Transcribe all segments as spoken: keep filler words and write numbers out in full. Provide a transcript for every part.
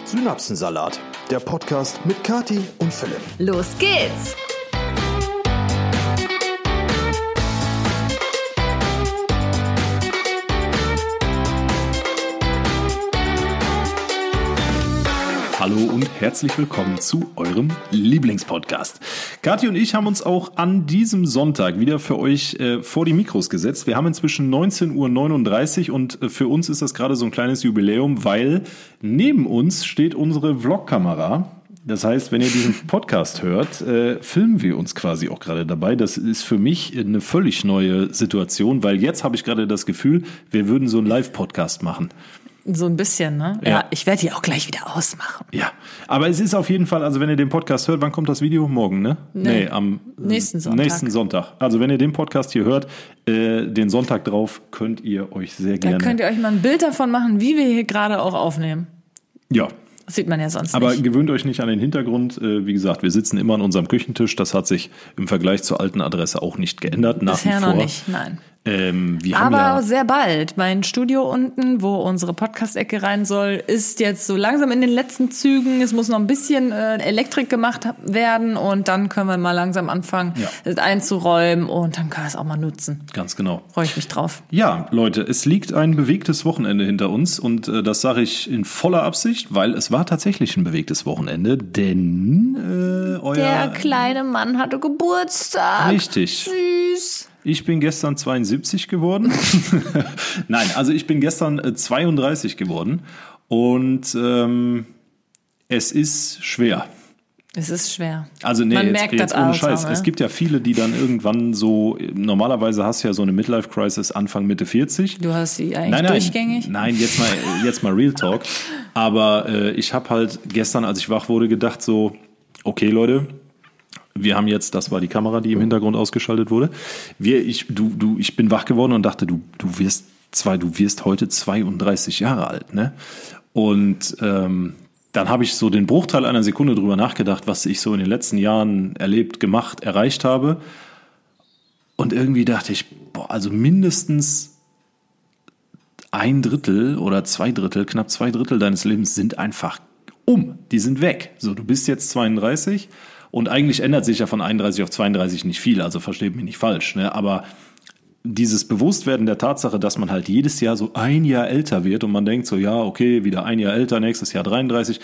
Synapsensalat, der Podcast mit Kathi und Philipp. Los geht's! Hallo und herzlich willkommen zu eurem Lieblingspodcast. Kathi und ich haben uns auch an diesem Sonntag wieder für euch äh, vor die Mikros gesetzt. Wir haben inzwischen neunzehn Uhr neununddreißig und äh, für uns ist das gerade so ein kleines Jubiläum, weil neben uns steht unsere Vlogkamera. Das heißt, wenn ihr diesen Podcast hört, äh, filmen wir uns quasi auch gerade dabei. Das ist für mich eine völlig neue Situation, weil jetzt habe ich gerade das Gefühl, wir würden so einen Live-Podcast machen. So ein bisschen, ne? Ja, ja, ich werde die auch gleich wieder ausmachen. Ja, aber es ist auf jeden Fall, also wenn ihr den Podcast hört, wann kommt das Video? Morgen, ne? Nee, nee am nächsten Sonntag. nächsten Sonntag. Also wenn ihr den Podcast hier hört, äh, den Sonntag drauf, könnt ihr euch sehr gerne... Da könnt ihr euch mal ein Bild davon machen, wie wir hier gerade auch aufnehmen. Ja. Das sieht man ja sonst aber nicht. Aber gewöhnt euch nicht an den Hintergrund. Äh, wie gesagt, wir sitzen immer an unserem Küchentisch. Das hat sich im Vergleich zur alten Adresse auch nicht geändert. Nach Bisher wie vor. noch nicht, nein. Ähm, wir Aber haben ja sehr bald. Mein Studio unten, wo unsere Podcast-Ecke rein soll, ist jetzt so langsam in den letzten Zügen. Es muss noch ein bisschen äh, Elektrik gemacht werden und dann können wir mal langsam anfangen, ja. es einzuräumen und dann können wir es auch mal nutzen. Ganz genau. Freue ich mich drauf. Ja, Leute, es liegt ein bewegtes Wochenende hinter uns und äh, das sage ich in voller Absicht, weil es war tatsächlich ein bewegtes Wochenende, denn äh, euer... Der kleine Mann hatte Geburtstag. Richtig. Süß. Ich bin gestern zweiundsiebzig geworden. Nein, also ich bin gestern äh, zweiunddreißig geworden und ähm, es ist schwer. Es ist schwer. Also nee, Man jetzt, merkt jetzt das ohne Alter, Scheiß. ne? Es gibt ja viele, die dann irgendwann so, normalerweise hast du ja so eine Midlife-Crisis Anfang, Mitte vierzig. Du hast sie eigentlich nein, nein, durchgängig? Nein, jetzt mal, jetzt mal Real Talk. Aber äh, ich habe halt gestern, als ich wach wurde, gedacht so, okay Leute, wir haben jetzt, das war die Kamera, die im Hintergrund ausgeschaltet wurde. Wir, ich, du, du, ich bin wach geworden und dachte, du, du wirst zwei, du wirst heute zweiunddreißig Jahre alt, ne? Und ähm, dann habe ich so den Bruchteil einer Sekunde drüber nachgedacht, was ich so in den letzten Jahren erlebt, gemacht, erreicht habe. Und irgendwie dachte ich, boah, also mindestens ein Drittel oder zwei Drittel, knapp zwei Drittel deines Lebens sind einfach um. Die sind weg. So, du bist jetzt zweiunddreißig. Und eigentlich ändert sich ja von einunddreißig auf zweiunddreißig nicht viel, also versteht mich nicht falsch, ne? Aber dieses Bewusstwerden der Tatsache, dass man halt jedes Jahr so ein Jahr älter wird und man denkt so, ja, okay, wieder ein Jahr älter, nächstes Jahr dreiunddreißig,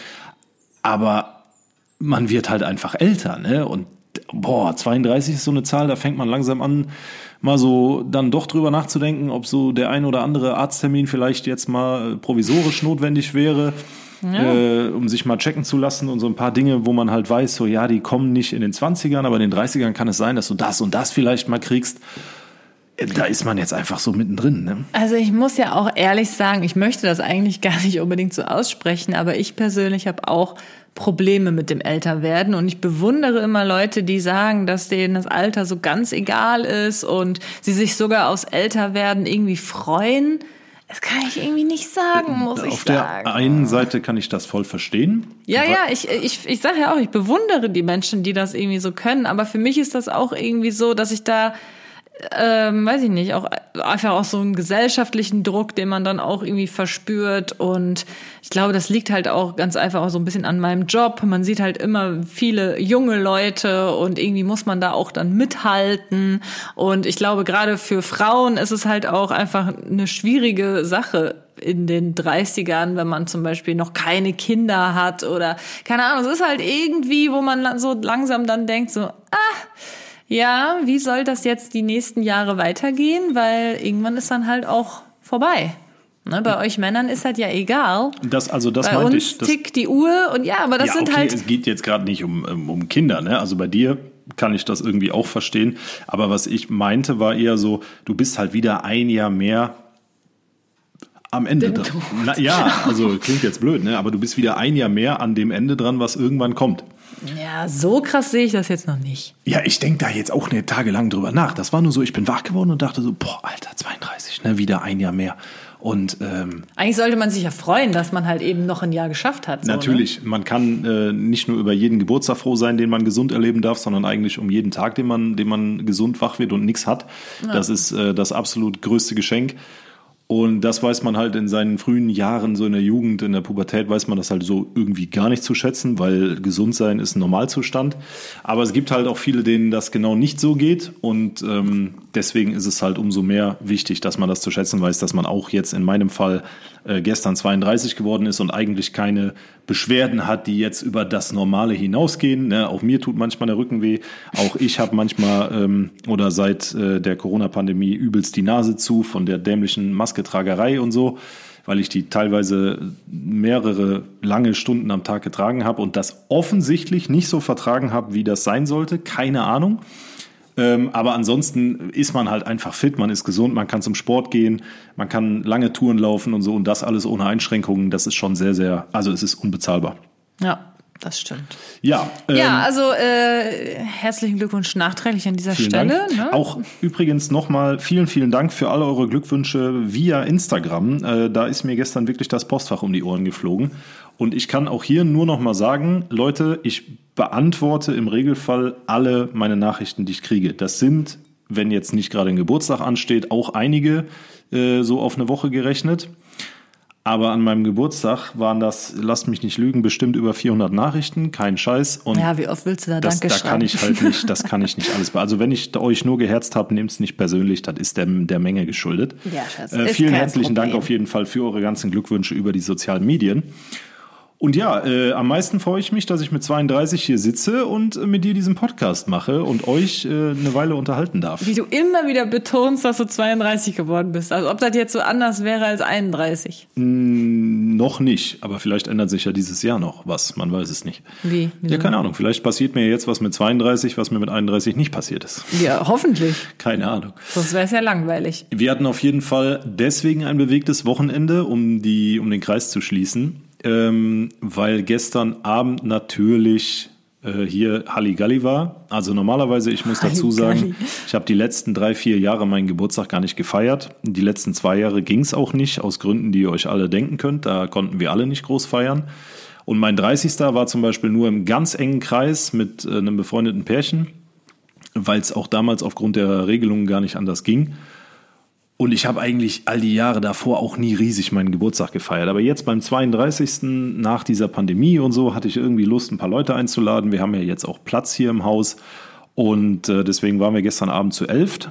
aber man wird halt einfach älter, ne? Und boah, zweiunddreißig ist so eine Zahl, da fängt man langsam an, mal so dann doch drüber nachzudenken, ob so der ein oder andere Arzttermin vielleicht jetzt mal provisorisch notwendig wäre. Ja. Äh, um sich mal checken zu lassen und so ein paar Dinge, wo man halt weiß, so ja, die kommen nicht in den zwanzigern, aber in den dreißigern kann es sein, dass du das und das vielleicht mal kriegst. Da ist man jetzt einfach so mittendrin, ne? Also ich muss ja auch ehrlich sagen, ich möchte das eigentlich gar nicht unbedingt so aussprechen, aber ich persönlich habe auch Probleme mit dem Älterwerden und ich bewundere immer Leute, die sagen, dass denen das Alter so ganz egal ist und sie sich sogar aufs Älterwerden irgendwie freuen. Das kann ich irgendwie nicht sagen, muss ich Auf sagen. der einen Seite kann ich das voll verstehen. Ja, ja, ich, ich, ich sage ja auch, ich bewundere die Menschen, die das irgendwie so können, aber für mich ist das auch irgendwie so, dass ich da, ähm, weiß ich nicht, auch einfach auch so einen gesellschaftlichen Druck, den man dann auch irgendwie verspürt und ich glaube, das liegt halt auch ganz einfach auch so ein bisschen an meinem Job. Man sieht halt immer viele junge Leute und irgendwie muss man da auch dann mithalten und ich glaube, gerade für Frauen ist es halt auch einfach eine schwierige Sache in den dreißigern, wenn man zum Beispiel noch keine Kinder hat oder keine Ahnung, es ist halt irgendwie, wo man so langsam dann denkt so, ah, ja, wie soll das jetzt die nächsten Jahre weitergehen? Weil irgendwann ist dann halt auch vorbei. Ne, bei euch Männern ist halt ja egal. Das, also das bei meinte uns ich. Das, tickt die Uhr und ja, aber das ja, sind okay, halt... es geht jetzt gerade nicht um, um Kinder, ne? Also bei dir kann ich das irgendwie auch verstehen. Aber was ich meinte, war eher so, du bist halt wieder ein Jahr mehr am Ende dran. Na, ja, also klingt jetzt blöd, ne? Aber du bist wieder ein Jahr mehr an dem Ende dran, was irgendwann kommt. Ja, so krass sehe ich das jetzt noch nicht. Ja, ich denke da jetzt auch eine tagelang drüber nach. Das war nur so, ich bin wach geworden und dachte so, boah, Alter, zweiunddreißig, ne? Wieder ein Jahr mehr. Und ähm, eigentlich sollte man sich ja freuen, dass man halt eben noch ein Jahr geschafft hat. So, natürlich, ne? Man kann äh, nicht nur über jeden Geburtstag froh sein, den man gesund erleben darf, sondern eigentlich um jeden Tag, den man, den man gesund wach wird und nichts hat. Ja. Das ist äh, das absolut größte Geschenk. Und das weiß man halt in seinen frühen Jahren, so in der Jugend, in der Pubertät, weiß man das halt so irgendwie gar nicht zu schätzen, weil gesund sein ist ein Normalzustand. Aber es gibt halt auch viele, denen das genau nicht so geht. Und ähm, deswegen ist es halt umso mehr wichtig, dass man das zu schätzen weiß, dass man auch jetzt in meinem Fall äh, gestern zweiunddreißig geworden ist und eigentlich keine Beschwerden hat, die jetzt über das Normale hinausgehen. Ne? Auch mir tut manchmal der Rücken weh. Auch ich habe manchmal ähm, oder seit äh, der Corona-Pandemie übelst die Nase zu von der dämlichen Masketragerei und so, weil ich die teilweise mehrere lange Stunden am Tag getragen habe und das offensichtlich nicht so vertragen habe, wie das sein sollte. Keine Ahnung. Ähm, aber ansonsten ist man halt einfach fit, man ist gesund, man kann zum Sport gehen, man kann lange Touren laufen und so und das alles ohne Einschränkungen. Das ist schon sehr, sehr, also es ist unbezahlbar. Ja, das stimmt. Ja, ähm, ja, also äh, herzlichen Glückwunsch nachträglich an dieser Stelle. Ne? Auch übrigens nochmal vielen, vielen Dank für alle eure Glückwünsche via Instagram. Äh, da ist mir gestern wirklich das Postfach um die Ohren geflogen. Und ich kann auch hier nur noch mal sagen, Leute, ich beantworte im Regelfall alle meine Nachrichten, die ich kriege. Das sind, wenn jetzt nicht gerade ein Geburtstag ansteht, auch einige äh, so auf eine Woche gerechnet. Aber an meinem Geburtstag waren das, lasst mich nicht lügen, bestimmt über vierhundert Nachrichten, kein Scheiß. Und ja, wie oft willst du da das, Danke da schreiben? kann ich halt nicht, das kann ich nicht alles be- Also wenn ich euch nur geherzt habe, nehmt es nicht persönlich, das ist der, der Menge geschuldet. Ja, Schatz, äh, ist vielen kein herzlichen Problem. Dank auf jeden Fall für eure ganzen Glückwünsche über die sozialen Medien. Und ja, äh, am meisten freue ich mich, dass ich mit zweiunddreißig hier sitze und äh, mit dir diesen Podcast mache und euch äh, eine Weile unterhalten darf. Wie du immer wieder betonst, dass du zweiunddreißig geworden bist. Also ob das jetzt so anders wäre als einunddreißig. Mm, noch nicht, aber vielleicht ändert sich ja dieses Jahr noch was, man weiß es nicht. Wie? Wieso? Ja, keine Ahnung, vielleicht passiert mir jetzt was mit zweiunddreißig, was mir mit einunddreißig nicht passiert ist. Ja, hoffentlich. Keine Ahnung. Sonst wäre es ja langweilig. Wir hatten auf jeden Fall deswegen ein bewegtes Wochenende, um die, um den Kreis zu schließen. Ähm, weil gestern Abend natürlich äh, hier Halligalli war. Also normalerweise, ich muss dazu sagen, ich habe die letzten drei, vier Jahre meinen Geburtstag gar nicht gefeiert. Die letzten zwei Jahre ging es auch nicht, aus Gründen, die ihr euch alle denken könnt. Da konnten wir alle nicht groß feiern. Und mein dreißigster war zum Beispiel nur im ganz engen Kreis mit äh, einem befreundeten Pärchen, weil es auch damals aufgrund der Regelungen gar nicht anders ging. Und ich habe eigentlich all die Jahre davor auch nie riesig meinen Geburtstag gefeiert. Aber jetzt beim zweiunddreißigsten nach dieser Pandemie und so hatte ich irgendwie Lust, ein paar Leute einzuladen. Wir haben ja jetzt auch Platz hier im Haus. Und äh, deswegen waren wir gestern Abend zu elft,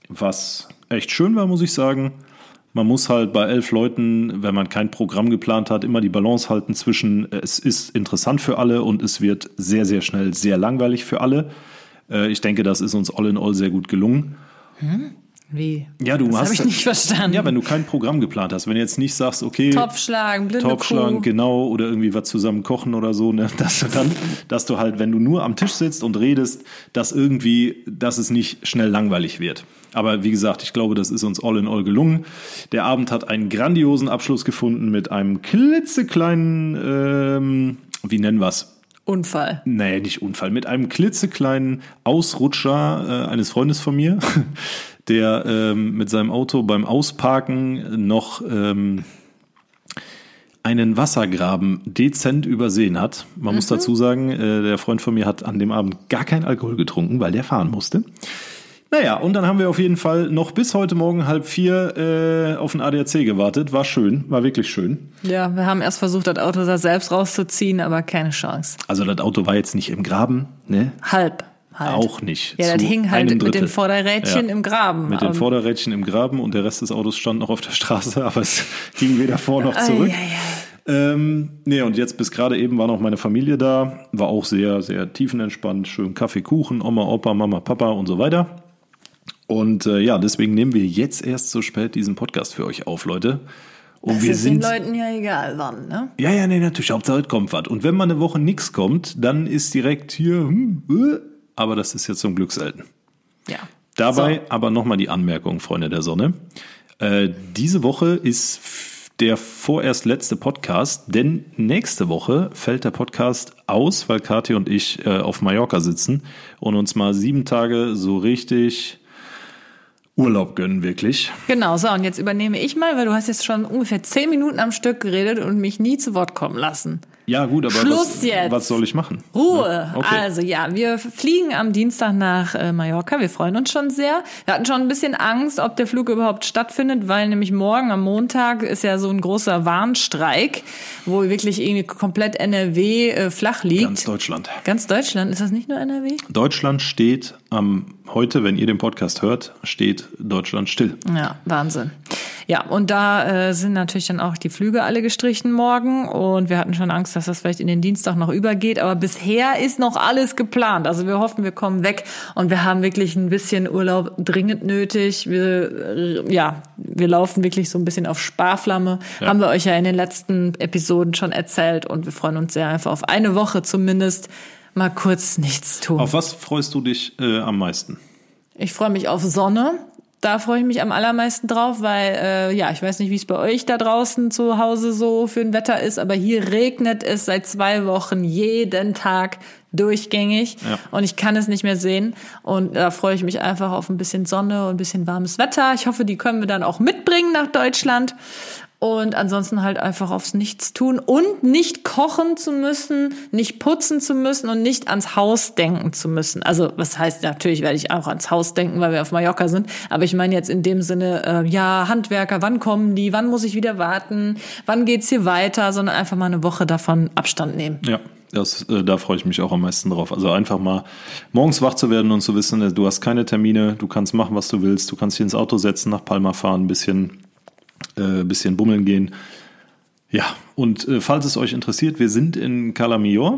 was echt schön war, muss ich sagen. Man muss halt bei elf Leuten, wenn man kein Programm geplant hat, immer die Balance halten zwischen, es ist interessant für alle und es wird sehr, sehr schnell sehr langweilig für alle. Äh, ich denke, das ist uns all in all sehr gut gelungen. Hm? Wie? Ja, du das hast, habe ich nicht verstanden. Ja, wenn du kein Programm geplant hast, wenn du jetzt nicht sagst, okay, Topfschlagen, blinde Topfschlagen, Kuh. genau, oder irgendwie was zusammen kochen oder so, ne, dass du dann, dass du halt, wenn du nur am Tisch sitzt und redest, dass irgendwie, dass es nicht schnell langweilig wird. Aber wie gesagt, ich glaube, das ist uns all in all gelungen. Der Abend hat einen grandiosen Abschluss gefunden mit einem klitzekleinen, ähm, wie nennen wir's? Unfall. Nee, nicht Unfall, mit einem klitzekleinen Ausrutscher äh, eines Freundes von mir, der ähm, mit seinem Auto beim Ausparken noch ähm, einen Wassergraben dezent übersehen hat. Man mhm. muss dazu sagen, äh, der Freund von mir hat an dem Abend gar keinen Alkohol getrunken, weil der fahren musste. Naja, und dann haben wir auf jeden Fall noch bis heute Morgen halb vier äh, auf den A D A C gewartet. War schön, war wirklich schön. Ja, wir haben erst versucht, das Auto da selbst rauszuziehen, aber keine Chance. Also das Auto war jetzt nicht im Graben, ne? Halb. Halt. Auch nicht. Ja, das Zu hing halt einem mit Drittel. den Vorderrädchen Ja. im Graben. Mit den Und- Vorderrädchen im Graben und der Rest des Autos stand noch auf der Straße, aber es ging weder vor noch zurück. Ei, ei, ei. Ähm, nee, und jetzt bis gerade eben war noch meine Familie da, war auch sehr, sehr tiefenentspannt, schön Kaffee, Kuchen, Oma, Opa, Mama, Papa und so weiter. Und äh, ja, deswegen nehmen wir jetzt erst so spät diesen Podcast für euch auf, Leute. Und Das wir ist sind den Leuten ja egal wann, ne? Ja, ja, nee, natürlich, Hauptsache es kommt was. Und wenn mal eine Woche nichts kommt, dann ist direkt hier, hm, äh, aber das ist jetzt zum Glück selten. Ja. Dabei So. aber nochmal die Anmerkung, Freunde der Sonne. Äh, diese Woche ist f- der vorerst letzte Podcast, denn nächste Woche fällt der Podcast aus, weil Kathi und ich äh, auf Mallorca sitzen und uns mal sieben Tage so richtig Urlaub gönnen, wirklich. Genau, so, und jetzt übernehme ich mal, weil du hast jetzt schon ungefähr zehn Minuten am Stück geredet und mich nie zu Wort kommen lassen. Ja, gut, aber Schluss was, jetzt. was soll ich machen? Ruhe. Okay. Also ja, wir fliegen am Dienstag nach äh, Mallorca. Wir freuen uns schon sehr. Wir hatten schon ein bisschen Angst, ob der Flug überhaupt stattfindet, weil nämlich morgen am Montag ist ja so ein großer Warnstreik, wo wirklich irgendwie komplett N R W äh, flach liegt. Ganz Deutschland. Ganz Deutschland? Ist das nicht nur N R W? Deutschland steht am, heute, wenn ihr den Podcast hört, steht Deutschland still. Ja, Wahnsinn. Ja, und da äh, sind natürlich dann auch die Flüge alle gestrichen morgen und wir hatten schon Angst, dass das vielleicht in den Dienstag noch übergeht, aber bisher ist noch alles geplant. Also wir hoffen, wir kommen weg und wir haben wirklich ein bisschen Urlaub dringend nötig. Wir, äh, ja, wir laufen wirklich so ein bisschen auf Sparflamme. Ja. Haben wir euch ja in den letzten Episoden schon erzählt und wir freuen uns sehr einfach auf eine Woche zumindest mal kurz nichts tun. Auf was freust du dich äh, am meisten? Ich freue mich auf Sonne. Da freue ich mich am allermeisten drauf, weil, äh, ja, ich weiß nicht, wie es bei euch da draußen zu Hause so für ein Wetter ist, aber hier regnet es seit zwei Wochen jeden Tag durchgängig ja. und ich kann es nicht mehr sehen und da freue ich mich einfach auf ein bisschen Sonne und ein bisschen warmes Wetter. Ich hoffe, die können wir dann auch mitbringen nach Deutschland. Und ansonsten halt einfach aufs Nichtstun und nicht kochen zu müssen, nicht putzen zu müssen und nicht ans Haus denken zu müssen. Also was heißt, natürlich werde ich auch ans Haus denken, weil wir auf Mallorca sind. Aber ich meine jetzt in dem Sinne, äh, ja, Handwerker, wann kommen die, wann muss ich wieder warten, wann geht's hier weiter, sondern einfach mal eine Woche davon Abstand nehmen. Ja. Das, äh, da freue ich mich auch am meisten drauf. Also einfach mal morgens wach zu werden und zu wissen, du hast keine Termine, du kannst machen, was du willst, du kannst dich ins Auto setzen, nach Palma fahren, ein bisschen Äh, bisschen bummeln gehen. Ja, und äh, falls es euch interessiert, wir sind in Cala Millor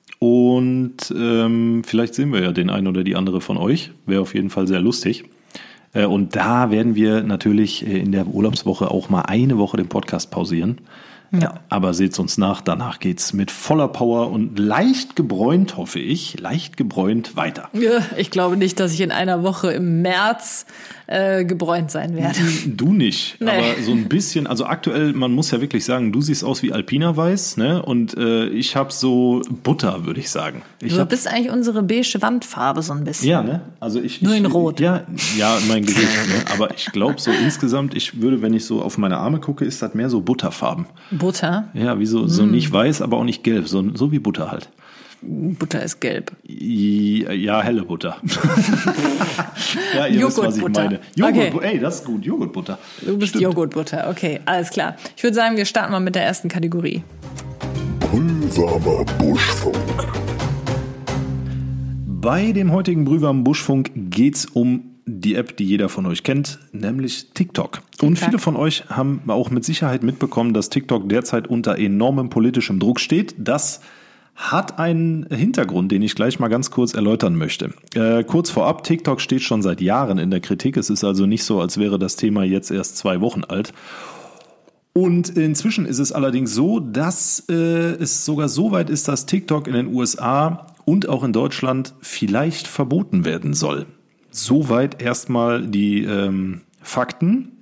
und ähm, vielleicht sehen wir ja den einen oder die andere von euch. Wäre auf jeden Fall sehr lustig. Äh, und da werden wir natürlich äh, in der Urlaubswoche auch mal eine Woche den Podcast pausieren. Ja. Aber seht's uns nach, danach geht's mit voller Power und leicht gebräunt, hoffe ich, leicht gebräunt weiter. Ja, ich glaube nicht, dass ich in einer Woche im März äh, gebräunt sein werde. Du nicht, nee. Aber so ein bisschen, also aktuell, man muss ja wirklich sagen, du siehst aus wie Alpina Weiß, ne? Und äh, ich habe so Butter, würde ich sagen. Ich du hab, bist eigentlich unsere beige Wandfarbe so ein bisschen. Ja, ne? Also ich, Nur in ich, Rot. Ja, ja, mein Gesicht, ne? Aber ich glaube so insgesamt, ich würde, wenn ich so auf meine Arme gucke, ist das mehr so Butterfarben. Butter? Ja, wie so, so nicht weiß, aber auch nicht gelb, so, so wie Butter halt. Butter ist gelb. Ja, helle Butter. Ja, ihr wisst, was ich meine. Joghurt, okay. Ey, das ist gut, Joghurtbutter. Du bist Stimmt. Joghurtbutter, okay, alles klar. Ich würde sagen, wir starten mal mit der ersten Kategorie. Brühwarmer Buschfunk. Bei dem heutigen Brühwarmen Buschfunk geht's um die App, die jeder von euch kennt, nämlich TikTok. Und viele von euch haben auch mit Sicherheit mitbekommen, dass TikTok derzeit unter enormem politischem Druck steht. Das hat einen Hintergrund, den ich gleich mal ganz kurz erläutern möchte. Äh, kurz vorab, TikTok steht schon seit Jahren in der Kritik. Es ist also nicht so, als wäre das Thema jetzt erst zwei Wochen alt. Und inzwischen ist es allerdings so, dass äh, es sogar so weit ist, dass TikTok in den U S A und auch in Deutschland vielleicht verboten werden soll. Soweit erstmal die ähm, Fakten.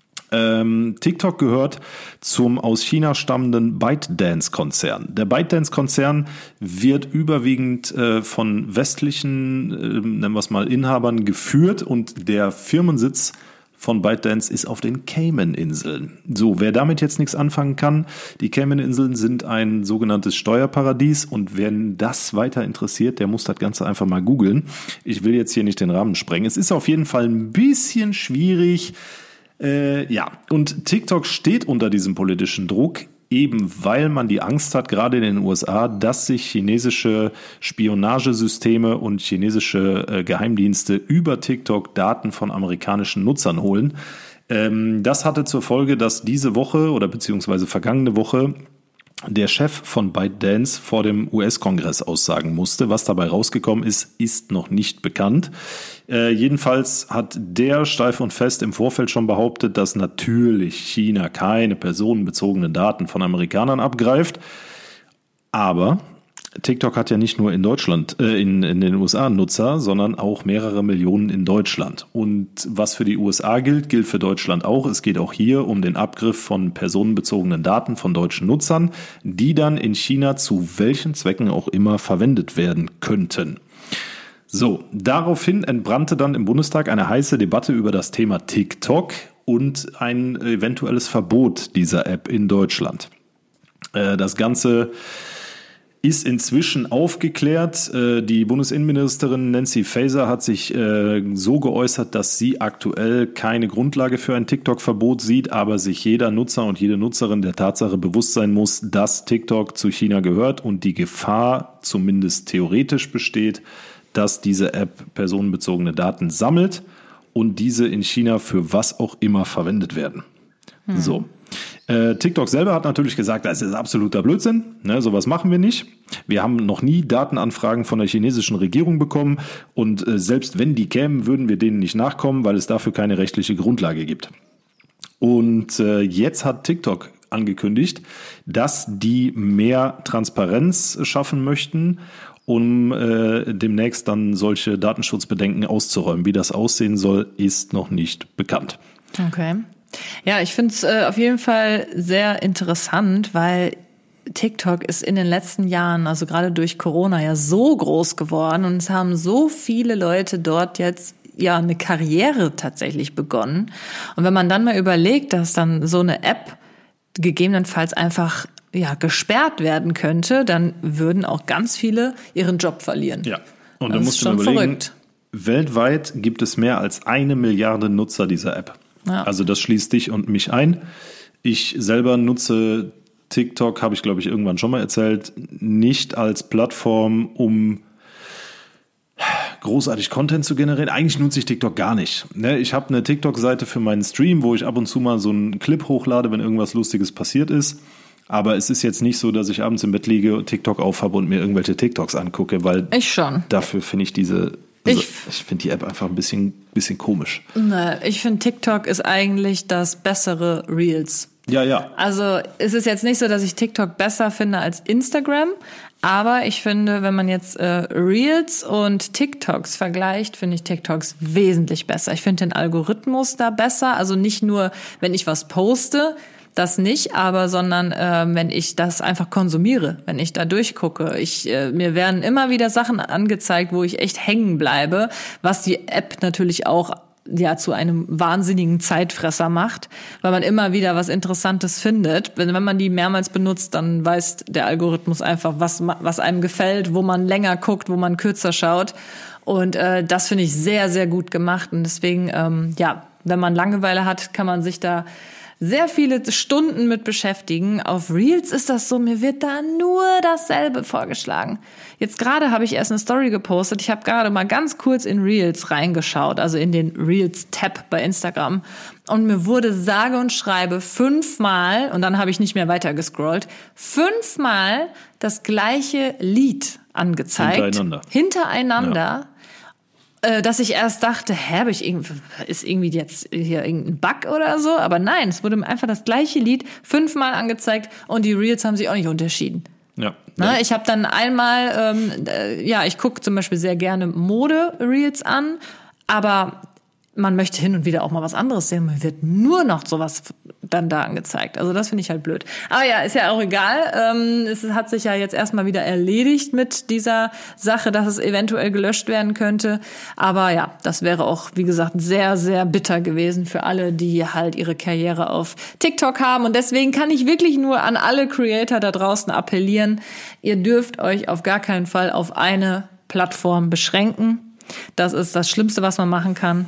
Ähm, TikTok gehört zum aus China stammenden ByteDance-Konzern. Der ByteDance-Konzern wird überwiegend äh, von westlichen, äh, nennen wir es mal, Inhabern geführt und der Firmensitz von ByteDance ist auf den Cayman-Inseln. So, wer damit jetzt nichts anfangen kann, die Cayman-Inseln sind ein sogenanntes Steuerparadies und wen das weiter interessiert, der muss das Ganze einfach mal googeln. Ich will jetzt hier nicht den Rahmen sprengen. Es ist auf jeden Fall ein bisschen schwierig. Äh, ja, und TikTok steht unter diesem politischen Druck, eben weil man die Angst hat, gerade in den U S A, dass sich chinesische Spionagesysteme und chinesische äh, Geheimdienste über TikTok Daten von amerikanischen Nutzern holen. Ähm, das hatte zur Folge, dass diese Woche oder beziehungsweise vergangene Woche der Chef von ByteDance vor dem U S-Kongress aussagen musste. Was dabei rausgekommen ist, ist noch nicht bekannt. Äh, jedenfalls hat der steif und fest im Vorfeld schon behauptet, dass natürlich China keine personenbezogenen Daten von Amerikanern abgreift. Aber TikTok hat ja nicht nur in Deutschland, äh, in, in den U S A Nutzer, sondern auch mehrere Millionen in Deutschland. Und was für die U S A gilt, gilt für Deutschland auch. Es geht auch hier um den Abgriff von personenbezogenen Daten von deutschen Nutzern, die dann in China zu welchen Zwecken auch immer verwendet werden könnten. So, daraufhin entbrannte dann im Bundestag eine heiße Debatte über das Thema TikTok und ein eventuelles Verbot dieser App in Deutschland. Äh, das Ganze ist inzwischen aufgeklärt. Die Bundesinnenministerin Nancy Faeser hat sich so geäußert, dass sie aktuell keine Grundlage für ein TikTok-Verbot sieht, aber sich jeder Nutzer und jede Nutzerin der Tatsache bewusst sein muss, dass TikTok zu China gehört und die Gefahr zumindest theoretisch besteht, dass diese App personenbezogene Daten sammelt und diese in China für was auch immer verwendet werden. Hm. So. Äh, TikTok selber hat natürlich gesagt, das ist absoluter Blödsinn, ne, sowas machen wir nicht. Wir haben noch nie Datenanfragen von der chinesischen Regierung bekommen und äh, selbst wenn die kämen, würden wir denen nicht nachkommen, weil es dafür keine rechtliche Grundlage gibt. Und äh, jetzt hat TikTok angekündigt, dass die mehr Transparenz schaffen möchten, um äh, demnächst dann solche Datenschutzbedenken auszuräumen. Wie das aussehen soll, ist noch nicht bekannt. Okay. Ja, ich finde es äh, auf jeden Fall sehr interessant, weil TikTok ist in den letzten Jahren, also gerade durch Corona, ja so groß geworden und es haben so viele Leute dort jetzt ja eine Karriere tatsächlich begonnen. Und wenn man dann mal überlegt, dass dann so eine App gegebenenfalls einfach ja gesperrt werden könnte, dann würden auch ganz viele ihren Job verlieren. Ja, und das du musst ist schon überlegen, verrückt. Weltweit gibt es mehr als eine Milliarde Nutzer dieser App. Ja. Also das schließt dich und mich ein. Ich selber nutze TikTok, habe ich glaube ich irgendwann schon mal erzählt, nicht als Plattform, um großartig Content zu generieren. Eigentlich nutze ich TikTok gar nicht. Ich habe eine TikTok-Seite für meinen Stream, wo ich ab und zu mal so einen Clip hochlade, wenn irgendwas Lustiges passiert ist. Aber es ist jetzt nicht so, dass ich abends im Bett liege, TikTok aufhabe und mir irgendwelche TikToks angucke, weil ich schon. Dafür finde ich diese Also ich ich finde die App einfach ein bisschen, bisschen komisch. Ne, ich finde, TikTok ist eigentlich das bessere Reels. Ja, ja. Also es ist jetzt nicht so, dass ich TikTok besser finde als Instagram, aber ich finde, wenn man jetzt äh, Reels und TikToks vergleicht, finde ich TikToks wesentlich besser. Ich finde den Algorithmus da besser, also nicht nur, wenn ich was poste, das nicht, aber sondern äh, wenn ich das einfach konsumiere, wenn ich da durchgucke. Ich, äh, mir werden immer wieder Sachen angezeigt, wo ich echt hängen bleibe, was die App natürlich auch ja zu einem wahnsinnigen Zeitfresser macht, weil man immer wieder was Interessantes findet. Wenn, wenn man die mehrmals benutzt, dann weiß der Algorithmus einfach, was, was einem gefällt, wo man länger guckt, wo man kürzer schaut. Und äh, das finde ich sehr, sehr gut gemacht. Und deswegen, ähm, ja, wenn man Langeweile hat, kann man sich da sehr viele Stunden mit beschäftigen. Auf Reels ist das so, mir wird da nur dasselbe vorgeschlagen. Jetzt gerade habe ich erst eine Story gepostet. Ich habe gerade mal ganz kurz in Reels reingeschaut, also in den Reels-Tab bei Instagram. Und mir wurde sage und schreibe fünfmal, und dann habe ich nicht mehr weiter gescrollt, fünfmal das gleiche Lied angezeigt. Hintereinander. Hintereinander. Ja. Dass ich erst dachte, hä, hab ich irgendwie, ist irgendwie jetzt hier irgendein Bug oder so? Aber nein, es wurde mir einfach das gleiche Lied fünfmal angezeigt und die Reels haben sich auch nicht unterschieden. Ja. Na, ich habe dann einmal, ähm, äh, ja, ich gucke zum Beispiel sehr gerne Mode-Reels an, aber man möchte hin und wieder auch mal was anderes sehen. Man wird nur noch sowas dann da angezeigt. Also das finde ich halt blöd. Aber ja, ist ja auch egal. Ähm, es hat sich ja jetzt erstmal wieder erledigt mit dieser Sache, dass es eventuell gelöscht werden könnte. Aber ja, das wäre auch, wie gesagt, sehr, sehr bitter gewesen für alle, die halt ihre Karriere auf TikTok haben. Und deswegen kann ich wirklich nur an alle Creator da draußen appellieren. Ihr dürft euch auf gar keinen Fall auf eine Plattform beschränken. Das ist das Schlimmste, was man machen kann.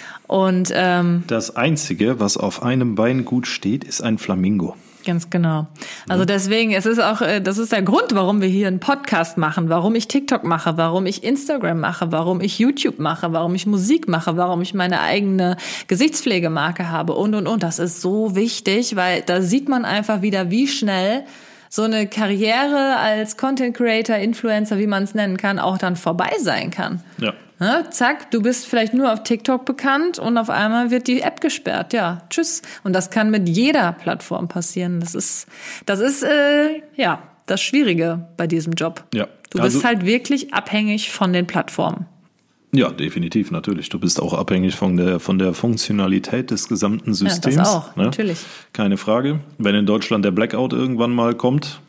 Und ähm, das Einzige, was auf einem Bein gut steht, ist ein Flamingo. Ganz genau. Also deswegen, es ist auch, das ist der Grund, warum wir hier einen Podcast machen, warum ich TikTok mache, warum ich Instagram mache, warum ich YouTube mache, warum ich Musik mache, warum ich meine eigene Gesichtspflegemarke habe und, und, und. Das ist so wichtig, weil da sieht man einfach wieder, wie schnell so eine Karriere als Content Creator, Influencer, wie man es nennen kann, auch dann vorbei sein kann. Ja. Ne, zack, du bist vielleicht nur auf TikTok bekannt und auf einmal wird die App gesperrt. Ja, tschüss. Und das kann mit jeder Plattform passieren. Das ist, das ist äh, ja das Schwierige bei diesem Job. Ja. Du also, bist halt wirklich abhängig von den Plattformen. Ja, definitiv, natürlich. Du bist auch abhängig von der von der Funktionalität des gesamten Systems. Ja, das auch, ne? Natürlich. Keine Frage. Wenn in Deutschland der Blackout irgendwann mal kommt,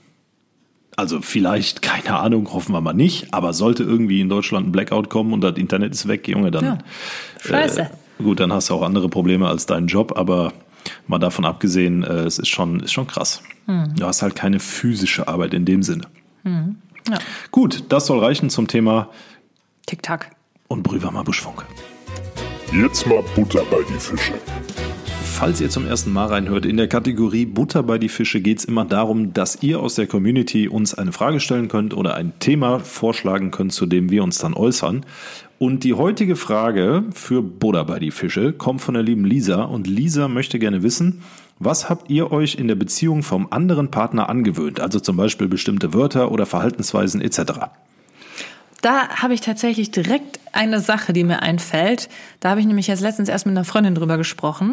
also vielleicht, keine Ahnung, hoffen wir mal nicht, aber sollte irgendwie in Deutschland ein Blackout kommen und das Internet ist weg, Junge, dann ja. Scheiße. Äh, gut, dann hast du auch andere Probleme als deinen Job, aber mal davon abgesehen, äh, es ist schon, ist schon krass. Hm. Du hast halt keine physische Arbeit in dem Sinne. Hm. Ja. Gut, das soll reichen zum Thema Tick-Tack und Brühwarmer Buschfunk. Jetzt mal Butter bei die Fische. Falls ihr zum ersten Mal reinhört, in der Kategorie Butter bei die Fische geht es immer darum, dass ihr aus der Community uns eine Frage stellen könnt oder ein Thema vorschlagen könnt, zu dem wir uns dann äußern. Und die heutige Frage für Butter bei die Fische kommt von der lieben Lisa. Und Lisa möchte gerne wissen, was habt ihr euch in der Beziehung vom anderen Partner angewöhnt? Also zum Beispiel bestimmte Wörter oder Verhaltensweisen et cetera. Da habe ich tatsächlich direkt eine Sache, die mir einfällt. Da habe ich nämlich jetzt letztens erst mit einer Freundin drüber gesprochen.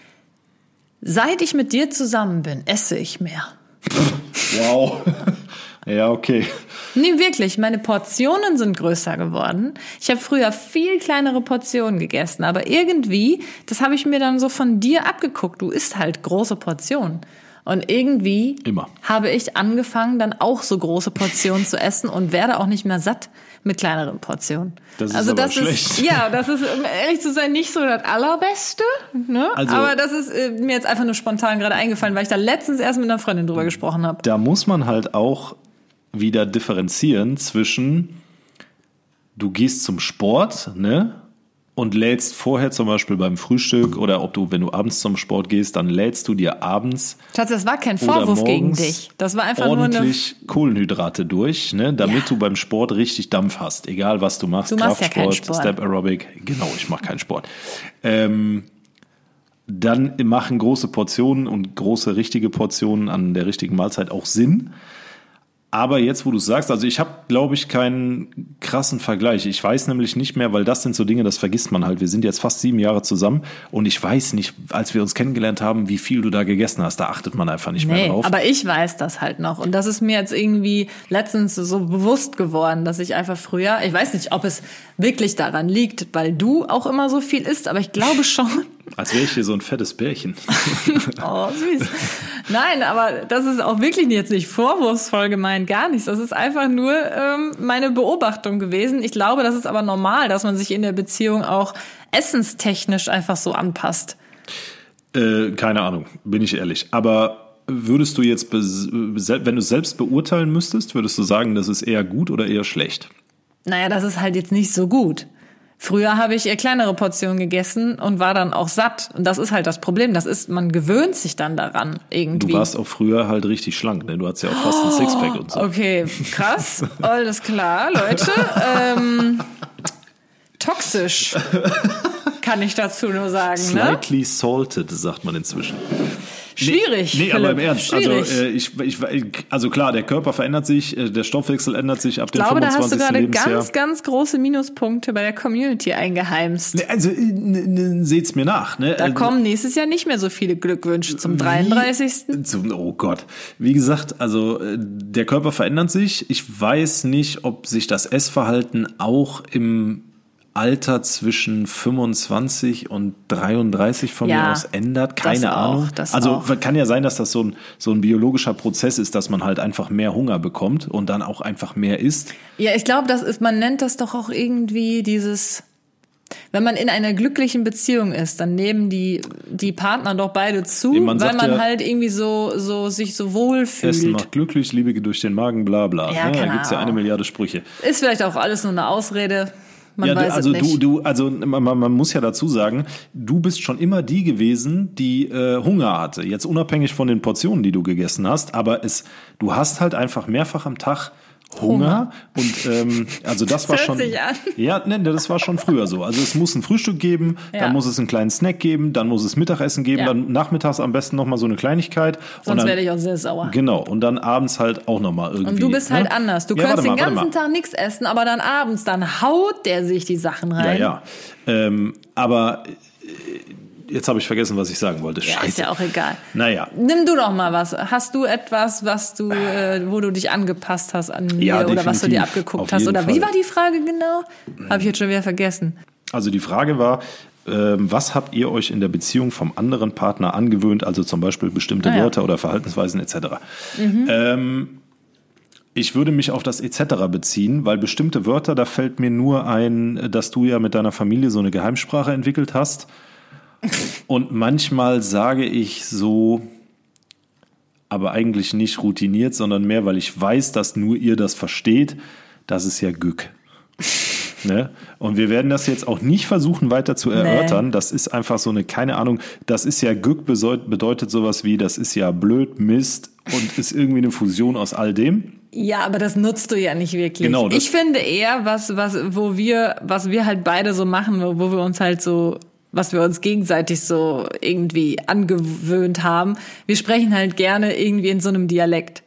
Seit ich mit dir zusammen bin, esse ich mehr. Wow. Ja, okay. Nee, wirklich. Meine Portionen sind größer geworden. Ich habe früher viel kleinere Portionen gegessen, aber irgendwie, das habe ich mir dann so von dir abgeguckt. Du isst halt große Portionen. Und irgendwie Immer. habe ich angefangen, dann auch so große Portionen zu essen und werde auch nicht mehr satt mit kleineren Portionen. Das ist also aber das schlecht. Ist, ja, das ist, um ehrlich zu sein, nicht so das Allerbeste. Ne? Also, aber das ist äh, mir jetzt einfach nur spontan gerade eingefallen, weil ich da letztens erst mit einer Freundin drüber gesprochen habe. Da muss man halt auch wieder differenzieren zwischen, du gehst zum Sport, ne? Und lädst vorher zum Beispiel beim Frühstück oder ob du, wenn du abends zum Sport gehst, dann lädst du dir abends. Schatz, das war kein Vorwurf gegen dich. Das war einfach nur eine ordentlich Kohlenhydrate durch, ne, damit Ja. du beim Sport richtig Dampf hast. Egal, was du machst. Du machst ja keinen Kraftsport, Sport. Step Aerobic. Genau, ich mache keinen Sport. Ähm, dann machen große Portionen und große richtige Portionen an der richtigen Mahlzeit auch Sinn. Aber jetzt, wo du sagst, also ich habe, glaube ich, keinen krassen Vergleich. Ich weiß nämlich nicht mehr, weil das sind so Dinge, das vergisst man halt. Wir sind jetzt fast sieben Jahre zusammen und ich weiß nicht, als wir uns kennengelernt haben, wie viel du da gegessen hast. Da achtet man einfach nicht Nee, mehr drauf. aber ich weiß das halt noch. Und das ist mir jetzt irgendwie letztens so bewusst geworden, dass ich einfach früher, ich weiß nicht, ob es wirklich daran liegt, weil du auch immer so viel isst, aber ich glaube schon. Als wäre ich hier so ein fettes Bärchen. Oh, süß. Nein, aber das ist auch wirklich jetzt nicht vorwurfsvoll gemeint, gar nichts. Das ist einfach nur ähm, meine Beobachtung gewesen. Ich glaube, das ist aber normal, dass man sich in der Beziehung auch essenstechnisch einfach so anpasst. Äh, keine Ahnung, bin ich ehrlich. Aber würdest du jetzt, wenn du es selbst beurteilen müsstest, würdest du sagen, das ist eher gut oder eher schlecht? Naja, das ist halt jetzt nicht so gut. Früher habe ich eher kleinere Portionen gegessen und war dann auch satt. Und das ist halt das Problem. Das ist, man gewöhnt sich dann daran irgendwie. Du warst auch früher halt richtig schlank, ne? Du hattest ja auch fast ein Sixpack und so. Okay, krass. Alles klar, Leute. Ähm, toxisch, kann ich dazu nur sagen. Ne? Slightly salted, sagt man inzwischen. Schwierig. Nee, nee, aber im Philipp, Ernst. schwierig. Also, äh, ich, ich, also klar, der Körper verändert sich, äh, der Stoffwechsel ändert sich ab dem Ich glaube, da hast du fünfundzwanzigsten gerade Lebensjahr. ganz, ganz große Minuspunkte bei der Community eingeheimst. Nee, also, äh, seht's mir nach. Ne? Da kommen nächstes Jahr nicht mehr so viele Glückwünsche zum dreiunddreißigsten Zum, oh Gott. Wie gesagt, also äh, der Körper verändert sich. Ich weiß nicht, ob sich das Essverhalten auch im Alter zwischen fünfundzwanzig und dreiunddreißig von Ja, mir aus ändert. Keine das auch, Ahnung. das also auch. kann ja sein, dass das so ein, so ein biologischer Prozess ist, dass man halt einfach mehr Hunger bekommt und dann auch einfach mehr isst. Ja, ich glaube, das ist, man nennt das doch auch irgendwie dieses, wenn man in einer glücklichen Beziehung ist, dann nehmen die, die Partner doch beide zu, Man weil sagt man ja, halt irgendwie so, so, sich so wohl fühlt. Essen macht glücklich, Liebe geht durch den Magen, bla bla. Ja, ne? Da keine gibt's ja eine Ahnung. Milliarde Sprüche. Ist vielleicht auch alles nur eine Ausrede. Man ja, weiß du, also es nicht. du, du, also man, man muss ja dazu sagen, du bist schon immer die gewesen, die äh, Hunger hatte. Jetzt unabhängig von den Portionen, die du gegessen hast, aber es, du hast halt einfach mehrfach am Tag Hunger, und ähm, also das war hört schon sich an. ja, ne, das war schon früher so. Also es muss ein Frühstück geben, Ja. dann muss es einen kleinen Snack geben, dann muss es Mittagessen geben, Ja. dann nachmittags am besten noch mal so eine Kleinigkeit. und Sonst dann, werde ich auch sehr sauer. Genau, und dann abends halt auch noch mal irgendwie. Und du bist halt ne? anders. Du ja, kannst warte den mal, warte ganzen mal. Tag nichts essen, aber dann abends, dann haut der sich die Sachen Ja, rein. ja. Ähm, aber äh, jetzt habe ich vergessen, was ich sagen wollte. Ja, Scheiße. ist ja auch egal. Naja. Nimm du doch mal was. Hast du etwas, was du, äh, wo du dich angepasst hast an mir Ja, oder was du dir definitiv. abgeguckt Auf hast? jeden Oder wie Fall. war die Frage genau? Habe ich jetzt schon wieder vergessen. Also die Frage war, ähm, was habt ihr euch in der Beziehung vom anderen Partner angewöhnt? Also zum Beispiel bestimmte Ah, ja. Wörter oder Verhaltensweisen et cetera. Ähm, ich würde mich auf das et cetera beziehen, weil bestimmte Wörter, da fällt mir nur ein, dass du ja mit deiner Familie so eine Geheimsprache entwickelt hast. Und manchmal sage ich so, aber eigentlich nicht routiniert, sondern mehr, weil ich weiß, dass nur ihr das versteht. Das ist ja Gück. Ne? Und wir werden das jetzt auch nicht versuchen weiter zu erörtern. Nee. Das ist einfach so eine, keine Ahnung, das ist ja Gück bedeutet sowas wie, das ist ja blöd, Mist und ist irgendwie eine Fusion aus all dem. Ja, aber das nutzt du ja nicht wirklich. Genau, ich finde eher, was, was, wo wir, was wir halt beide so machen, wo, wo wir uns halt so, was wir uns gegenseitig so irgendwie angewöhnt haben. Wir sprechen halt gerne irgendwie in so einem Dialekt.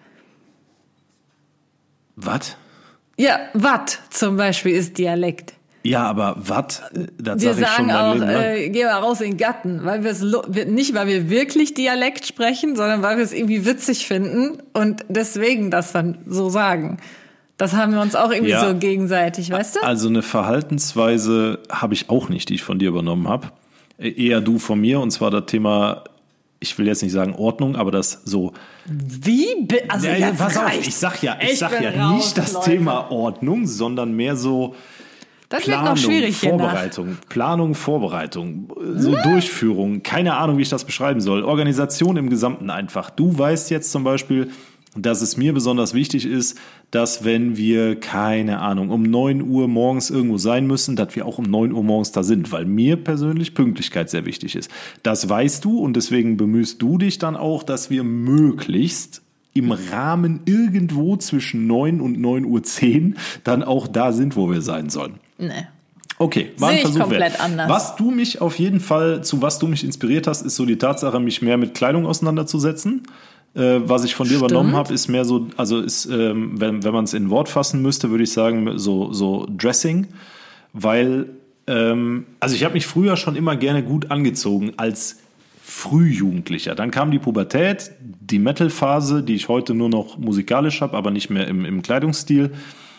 Was? Ja, Watt zum Beispiel ist Dialekt. Ja, aber Watt, das wir sag ich sagen schon mein auch, Leben lang. äh, geh mal raus in den Gatten, weil wir es nicht, weil wir wirklich Dialekt sprechen, sondern weil wir es irgendwie witzig finden und deswegen das dann so sagen. Das haben wir uns auch irgendwie ja, so gegenseitig, weißt du? Also eine Verhaltensweise habe ich auch nicht, die ich von dir übernommen habe. Eher du von mir, und zwar das Thema, ich will jetzt nicht sagen Ordnung, aber das so. Wie? Also ja, jetzt pass auf, reicht's. ich sag ja, ich, ich sag ja raus, nicht das Leute. Thema Ordnung, sondern mehr so das Planung, wird noch schwierig Vorbereitung, Planung, Vorbereitung, so hm? Durchführung, keine Ahnung, wie ich das beschreiben soll. Organisation im Gesamten einfach. Du weißt jetzt zum Beispiel, dass es mir besonders wichtig ist, dass wenn wir, keine Ahnung, um neun Uhr morgens irgendwo sein müssen, dass wir auch um neun Uhr morgens da sind, weil mir persönlich Pünktlichkeit sehr wichtig ist. Das weißt du und deswegen bemühst du dich dann auch, dass wir möglichst im Rahmen irgendwo zwischen neun und neun Uhr zehn dann auch da sind, wo wir sein sollen. Nee. Okay, war ein Sehe ich Versuch komplett wert. anders. Was du mich auf jeden Fall, zu was du mich inspiriert hast, ist so die Tatsache, mich mehr mit Kleidung auseinanderzusetzen. Äh, was ich von dir Stimmt. übernommen habe, ist mehr so, also ist, ähm, wenn, wenn man es in Wort fassen müsste, würde ich sagen, so, so Dressing. Weil, ähm, also ich habe mich früher schon immer gerne gut angezogen als Frühjugendlicher. Dann kam die Pubertät, die Metal-Phase, die ich heute nur noch musikalisch habe, aber nicht mehr im, im Kleidungsstil.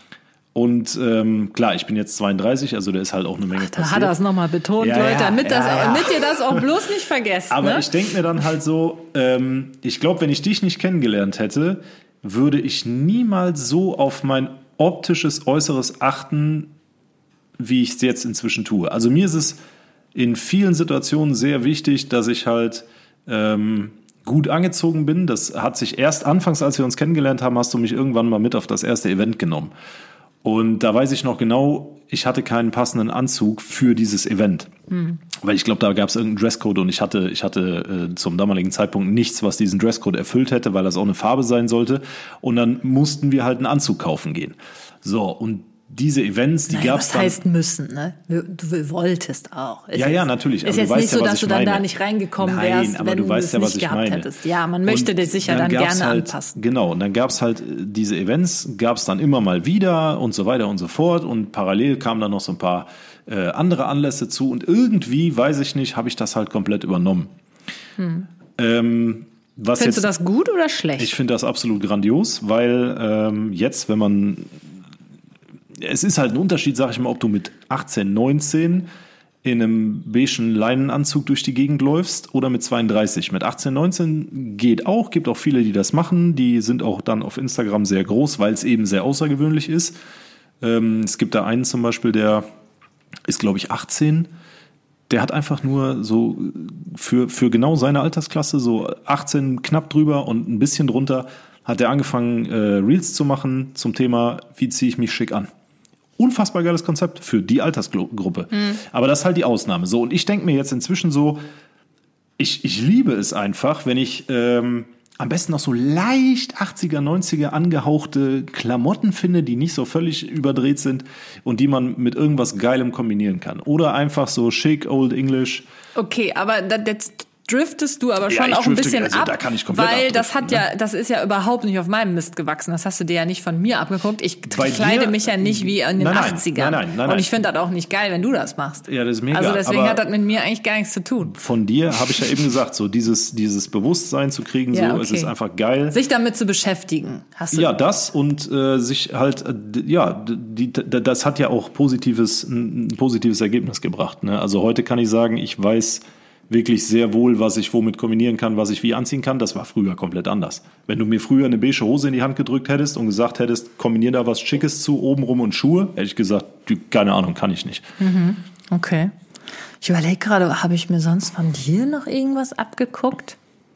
Und ähm, klar, ich bin jetzt zweiunddreißig, also da ist halt auch eine Menge Ach, da passiert. hat er es nochmal betont, Ja, Leute, ja, damit, ja, das, ja. damit ihr das auch bloß nicht vergesst. Aber ne? ich denke mir dann halt so, ähm, ich glaube, wenn ich dich nicht kennengelernt hätte, würde ich niemals so auf mein optisches Äußeres achten, wie ich es jetzt inzwischen tue. Also mir ist es in vielen Situationen sehr wichtig, dass ich halt ähm, gut angezogen bin. Das hat sich erst anfangs, als wir uns kennengelernt haben, hast du mich irgendwann mal mit auf das erste Event genommen. Und da weiß ich noch genau, ich hatte keinen passenden Anzug für dieses Event. Hm. Weil ich glaube, da gab es irgendeinen Dresscode und ich hatte, ich hatte äh, zum damaligen Zeitpunkt nichts, was diesen Dresscode erfüllt hätte, weil das auch eine Farbe sein sollte. Und dann mussten wir halt einen Anzug kaufen gehen. So, und diese Events, die gab es dann. Das heißt müssen, ne? Du, du wolltest auch. Ist ja, jetzt, ja, natürlich. Ist aber jetzt du weißt nicht so, ja, was dass du ich dann meine. da nicht reingekommen Nein, wärst, aber wenn du du weißt es ja, was nicht ich gehabt meine. hättest. Ja, man möchte dich sicher dann, dann gab's gerne halt, anpassen. Genau, und dann gab es halt diese Events, gab es dann immer mal wieder und so weiter und so fort. Und parallel kamen dann noch so ein paar äh, andere Anlässe zu. Und irgendwie, weiß ich nicht, habe ich das halt komplett übernommen. Hm. Ähm, was Findest jetzt, du das gut oder schlecht? Ich finde das absolut grandios, weil ähm, jetzt, wenn man es ist halt ein Unterschied, sag ich mal, ob du mit achtzehn, neunzehn in einem beigen Leinenanzug durch die Gegend läufst oder mit zweiunddreißig. Mit achtzehn, neunzehn geht auch, gibt auch viele, die das machen. Die sind auch dann auf Instagram sehr groß, weil es eben sehr außergewöhnlich ist. Ähm, es gibt da einen zum Beispiel, der ist, glaube ich, achtzehn. Der hat einfach nur so für, für genau seine Altersklasse, so achtzehn knapp drüber und ein bisschen drunter, hat er angefangen, äh, Reels zu machen zum Thema, wie ziehe ich mich schick an. Unfassbar geiles Konzept für die Altersgruppe. Mhm. Aber das ist halt die Ausnahme. So, und ich denke mir jetzt inzwischen so, ich, ich liebe es einfach, wenn ich ähm, am besten noch so leicht achtziger, neunziger angehauchte Klamotten finde, die nicht so völlig überdreht sind und die man mit irgendwas Geilem kombinieren kann. Oder einfach so schick, old English. Okay, aber das, das driftest du aber Ja, schon ich auch ein drifte- bisschen also ab, da kann ich komplett weil abdriften, das hat ne? ja, das ist ja überhaupt nicht auf meinem Mist gewachsen. Das hast du dir ja nicht von mir abgeguckt. Ich Bei kleide dir- mich ja nicht wie in den Nein, nein, achtzigern. nein, nein, nein, Und nein. ich finde das auch nicht geil, wenn du das machst. Ja, das ist mega. Also deswegen aber hat das mit mir eigentlich gar nichts zu tun. von dir habe ich ja eben gesagt, so dieses, dieses Bewusstsein zu kriegen, Ja, so, okay. es ist einfach geil. Sich damit zu beschäftigen, hast du. Ja, das und äh, sich halt, äh, d- ja, die, d- das hat ja auch positives, ein positives Ergebnis gebracht. Ne? Also heute kann ich sagen, ich weiß wirklich sehr wohl, was ich womit kombinieren kann, was ich wie anziehen kann. Das war früher komplett anders. Wenn du mir früher eine beige Hose in die Hand gedrückt hättest und gesagt hättest, kombinier da was Schickes zu, obenrum und Schuhe, hätte ich gesagt, du, keine Ahnung, kann ich nicht. Mhm. Okay. Ich überlege gerade, habe ich mir sonst von dir noch irgendwas abgeguckt?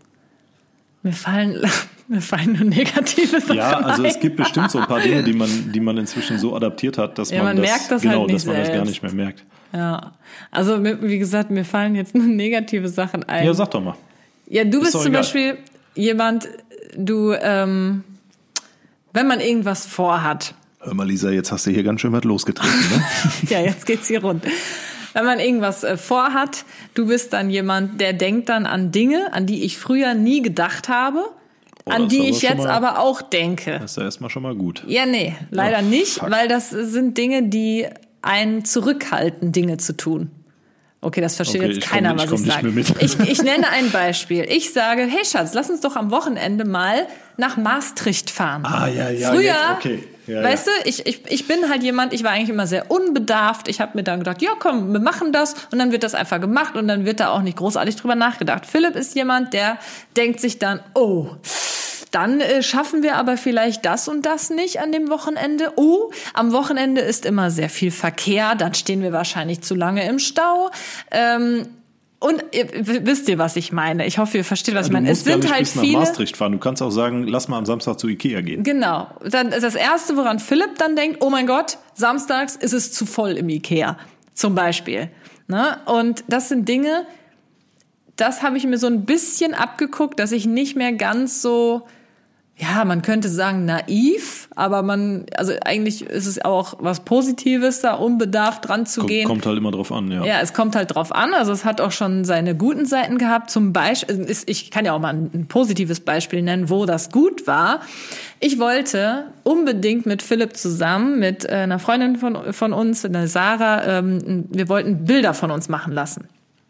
Mir fallen, mir fallen nur negative Sachen Ja, also ein. es gibt bestimmt so ein paar Dinge, die man, die man inzwischen so adaptiert hat, dass Ja, man, man das, merkt das genau, halt nicht dass man das gar selbst. nicht mehr merkt. Ja, also mir- wie gesagt, mir fallen jetzt nur negative Sachen ein. Ja, sag doch mal. Ja, du bist doch zum egal. Beispiel jemand, du, ähm, wenn man irgendwas vorhat, Hör mal, Lisa, jetzt hast du hier ganz schön was losgetreten, ne? ja, jetzt geht's hier rund. Wenn man irgendwas äh, vorhat, du bist dann jemand, der denkt dann an Dinge, an die ich früher nie gedacht habe, Oh, an das die ist aber ich schon jetzt mal- aber auch denke. Das ist ja erstmal schon mal gut. Ja, nee, leider Oh, nicht, fuck. weil das sind Dinge, die einen zurückhalten, Dinge zu tun. Okay, das versteht Okay, jetzt ich komm- keiner, ich was komm ich nicht sage. mehr mit. Ich, ich nenne ein Beispiel. Ich sage, hey Schatz, lass uns doch am Wochenende mal nach Maastricht fahren. Ah, ja, ja, Früher, jetzt, okay. Ja, weißt du, ich, ich, ich bin halt jemand, ich war eigentlich immer sehr unbedarft. Ich habe mir dann gedacht, ja komm, wir machen das. Und dann wird das einfach gemacht und dann wird da auch nicht großartig drüber nachgedacht. Philipp ist jemand, der denkt sich dann, oh, dann äh, schaffen wir aber vielleicht das und das nicht an dem Wochenende. Oh, am Wochenende ist immer sehr viel Verkehr, dann stehen wir wahrscheinlich zu lange im Stau. Ähm, und ihr, wisst ihr, was ich meine? Ich hoffe, ihr versteht, was ich Du meine. Es musst gar sind nicht halt bis nach viele. Maastricht fahren. Du kannst auch sagen, lass mal am Samstag zu Ikea gehen. Genau. Dann ist das Erste, woran Philipp dann denkt, oh mein Gott, samstags ist es zu voll im Ikea. Zum Beispiel. Ne? Und das sind Dinge, das habe ich mir so ein bisschen abgeguckt, dass ich nicht mehr ganz so, ja, man könnte sagen naiv, aber man, also eigentlich ist es auch was Positives, da unbedarft dran zu Kommt, gehen. kommt halt immer drauf an, ja. Ja, es kommt halt drauf an. Also es hat auch schon seine guten Seiten gehabt. Zum Beispiel, ist, ich kann ja auch mal ein, ein positives Beispiel nennen, wo das gut war. Ich wollte unbedingt mit Philipp zusammen, mit äh, einer Freundin von, von uns, einer Sarah, ähm, wir wollten Bilder von uns machen lassen.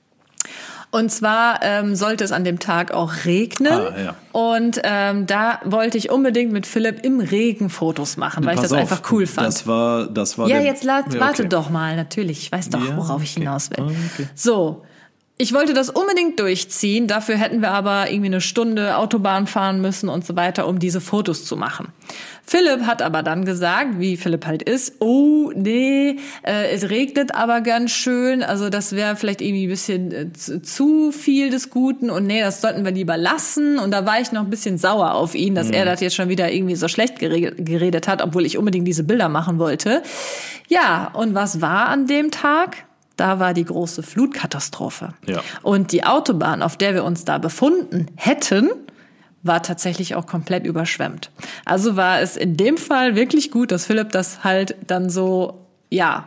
Und zwar ähm, sollte es an dem Tag auch regnen. Ah, ja. Und ähm, da wollte ich unbedingt mit Philipp im Regen Fotos machen, weil Pass ich das auf, einfach cool fand. Das war, das war Ja, der, jetzt la- ja, warte okay. doch mal, natürlich. Ich weiß doch, Ja, worauf ich okay. hinaus will. Ah, okay. So, ich wollte das unbedingt durchziehen. Dafür hätten wir aber irgendwie eine Stunde Autobahn fahren müssen und so weiter, um diese Fotos zu machen. Philipp hat aber dann gesagt, wie Philipp halt ist, oh nee, äh, es regnet aber ganz schön, also das wäre vielleicht irgendwie ein bisschen äh, zu, zu viel des Guten und nee, das sollten wir lieber lassen. Und da war ich noch ein bisschen sauer auf ihn, dass Mhm. er das jetzt schon wieder irgendwie so schlecht gere- geredet hat, obwohl ich unbedingt diese Bilder machen wollte. Ja, und was war an dem Tag? Da war die große Flutkatastrophe. Ja. Und die Autobahn, auf der wir uns da befunden hätten, war tatsächlich auch komplett überschwemmt. Also war es in dem Fall wirklich gut, dass Philipp das halt dann so, ja,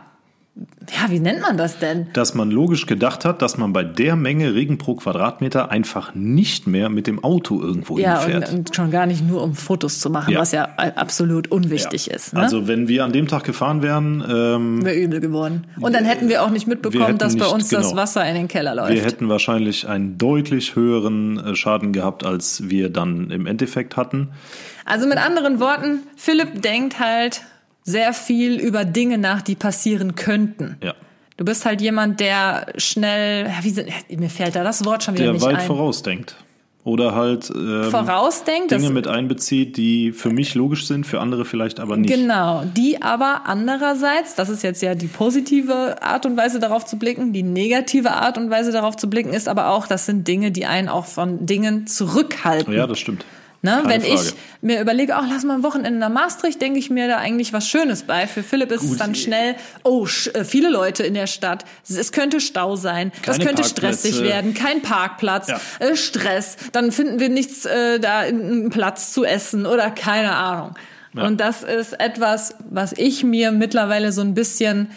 ja, wie nennt man das denn? Dass man logisch gedacht hat, dass man bei der Menge Regen pro Quadratmeter einfach nicht mehr mit dem Auto irgendwo Ja, hinfährt. und, und schon gar nicht nur, um Fotos zu machen, Ja. was ja absolut unwichtig Ja. ist. Ne? Also wenn wir an dem Tag gefahren wären, ähm, wäre übel geworden. Und dann hätten wir auch nicht Wir mitbekommen, hätten dass bei nicht- uns das genau. Wasser in den Keller läuft. wir hätten wahrscheinlich einen deutlich höheren äh, Schaden gehabt, als wir dann im Endeffekt hatten. Also mit anderen Worten, Philipp denkt halt sehr viel über Dinge nach, die passieren könnten. Ja. Du bist halt jemand, der schnell, ja, wie sind, mir fällt da das Wort schon wieder Der nicht weit ein. vorausdenkt. Oder halt ähm, Vorausdenkt, Dinge das- mit einbezieht, die für mich logisch sind, für andere vielleicht aber nicht. Genau, die aber andererseits, das ist jetzt ja die positive Art und Weise darauf zu blicken, die negative Art und Weise darauf zu blicken ist aber auch, das sind Dinge, die einen auch von Dingen zurückhalten. Ja, das stimmt. Ne? Keine Wenn Frage. ich mir überlege, ach, lass mal ein Wochenende nach Maastricht, denke ich mir da eigentlich was Schönes bei. Für Philipp ist es Gut, dann eh. schnell, oh, sch- äh, viele Leute in der Stadt, es könnte Stau sein, das Keine könnte Parkplätze. stressig werden, kein Parkplatz, Ja. äh, Stress, dann finden wir nichts äh, da, einen Platz zu essen oder keine Ahnung. Ja. Und das ist etwas, was ich mir mittlerweile so ein bisschen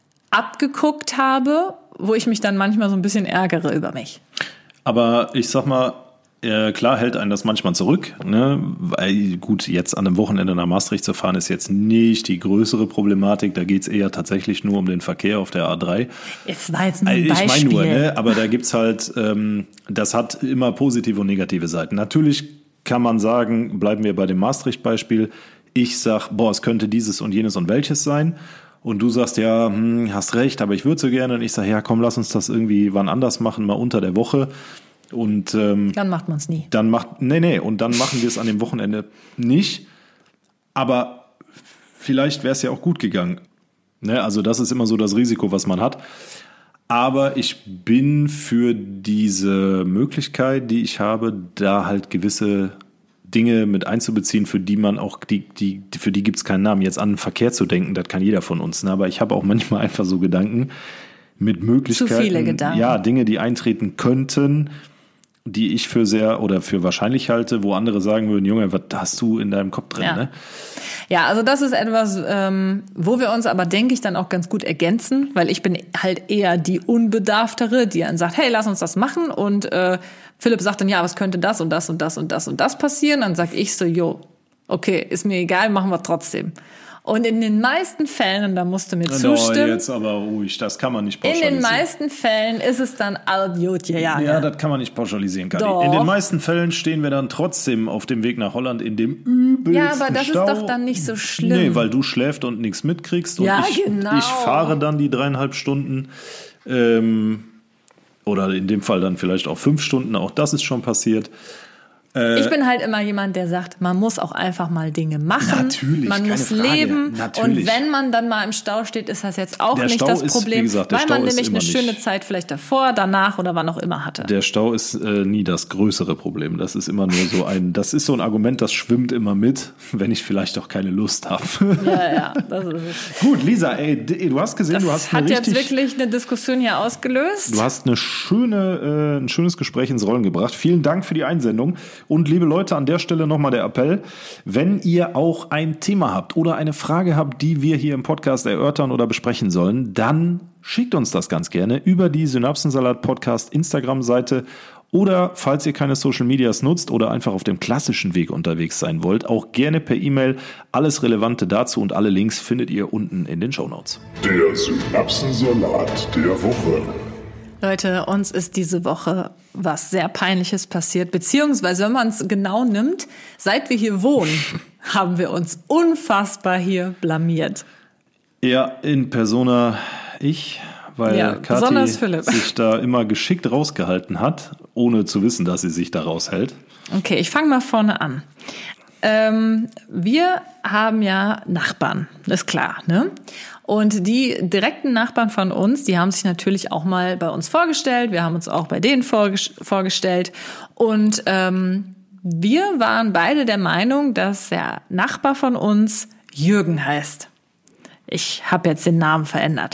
abgeguckt habe, wo ich mich dann manchmal so ein bisschen ärgere über mich. Aber ich sag mal, äh, klar hält einen das manchmal zurück, ne? Weil gut, jetzt an einem Wochenende nach Maastricht zu fahren, ist jetzt nicht die größere Problematik. Da geht's eher tatsächlich nur um den Verkehr auf der A drei. Es war jetzt nur ein Ich Beispiel. meine nur, ne? Aber da gibt's halt, ähm, das hat immer positive und negative Seiten. Natürlich kann man sagen, bleiben wir bei dem Maastricht-Beispiel. Ich sag, boah, es könnte dieses und jenes und welches sein. Und du sagst, ja, hm, hast recht, aber ich würde so gerne. Und ich sage, ja, komm, lass uns das irgendwie wann anders machen, mal unter der Woche. Und ähm, Dann macht man es nie. dann macht, nee, nee, und dann machen wir es an dem Wochenende nicht. Aber vielleicht wäre es ja auch gut gegangen. Ne? Also das ist immer so das Risiko, was man hat. Aber ich bin für diese Möglichkeit, die ich habe, da halt gewisse Dinge mit einzubeziehen, für die man auch, die, die, für die gibt es keinen Namen. Jetzt an den Verkehr zu denken, das kann jeder von uns. Ne? Aber ich habe auch manchmal einfach so Gedanken mit Möglichkeiten. Zu viele Gedanken. Ja, Dinge, die eintreten könnten, die ich für sehr oder für wahrscheinlich halte, wo andere sagen würden, Junge, was hast du in deinem Kopf drin? Ja. Ne? Ja, also das ist etwas, ähm, wo wir uns aber, denke ich, dann auch ganz gut ergänzen, weil ich bin halt eher die Unbedarftere, die dann sagt, hey, lass uns das machen, und äh, Philipp sagt dann, ja, was könnte das und das und das und das und das passieren? Dann sag ich so, jo, okay, ist mir egal, machen wir trotzdem. Und in den meisten Fällen, und da musst du mir zustimmen. No, jetzt aber ruhig, das kann man nicht In pauschalisieren. den meisten Fällen ist es dann all gut, ja, ja. Ja, das kann man nicht pauschalisieren, Kathi. Doch. In den meisten Fällen stehen wir dann trotzdem auf dem Weg nach Holland in dem übelsten Ja, aber das Stau. ist doch dann nicht so schlimm. Nee, weil du schläfst und nichts mitkriegst. Und Ja, ich, genau. ich fahre dann die dreieinhalb Stunden. Ähm, oder in dem Fall dann vielleicht auch fünf Stunden. Auch das ist schon passiert. Ich bin halt immer jemand, der sagt, man muss auch einfach mal Dinge machen. Natürlich, man keine muss Frage. leben. Natürlich. Und wenn man dann mal im Stau steht, ist das jetzt auch Der nicht Stau das ist, Problem, wie gesagt, der weil Stau man ist nämlich immer eine nicht- schöne Zeit vielleicht davor, danach oder wann auch immer hatte. Der Stau ist äh, nie das größere Problem. Das ist immer nur so ein, das ist so ein Argument, das schwimmt immer mit, wenn ich vielleicht auch keine Lust habe. Ja, ja, das ist es. Gut, Lisa, ey, du hast gesehen, Das du hast eine hat jetzt richtig, wirklich eine Diskussion hier ausgelöst. du hast eine schöne, äh, ein schönes Gespräch ins Rollen gebracht. Vielen Dank für die Einsendung. Und liebe Leute, an der Stelle nochmal der Appell, wenn ihr auch ein Thema habt oder eine Frage habt, die wir hier im Podcast erörtern oder besprechen sollen, dann schickt uns das ganz gerne über die Synapsensalat Podcast Instagram-Seite oder, falls ihr keine Social Medias nutzt oder einfach auf dem klassischen Weg unterwegs sein wollt, auch gerne per E-Mail. Alles Relevante dazu und alle Links findet ihr unten in den Shownotes. Der Synapsensalat der Woche. Leute, uns ist diese Woche was sehr Peinliches passiert, beziehungsweise wenn man es genau nimmt, seit wir hier wohnen, haben wir uns unfassbar hier blamiert. Ja, in Persona ich, weil Ja, Kathi besonders Philipp. sich da immer geschickt rausgehalten hat, ohne zu wissen, dass sie sich da raushält. Okay, ich fange mal vorne an. Ähm, wir haben ja Nachbarn, ist klar, ne? Und die direkten Nachbarn von uns, die haben sich natürlich auch mal bei uns vorgestellt. Wir haben uns auch bei denen vorges- vorgestellt. Und ähm, wir waren beide der Meinung, dass der Nachbar von uns Jürgen heißt. Ich habe jetzt den Namen verändert.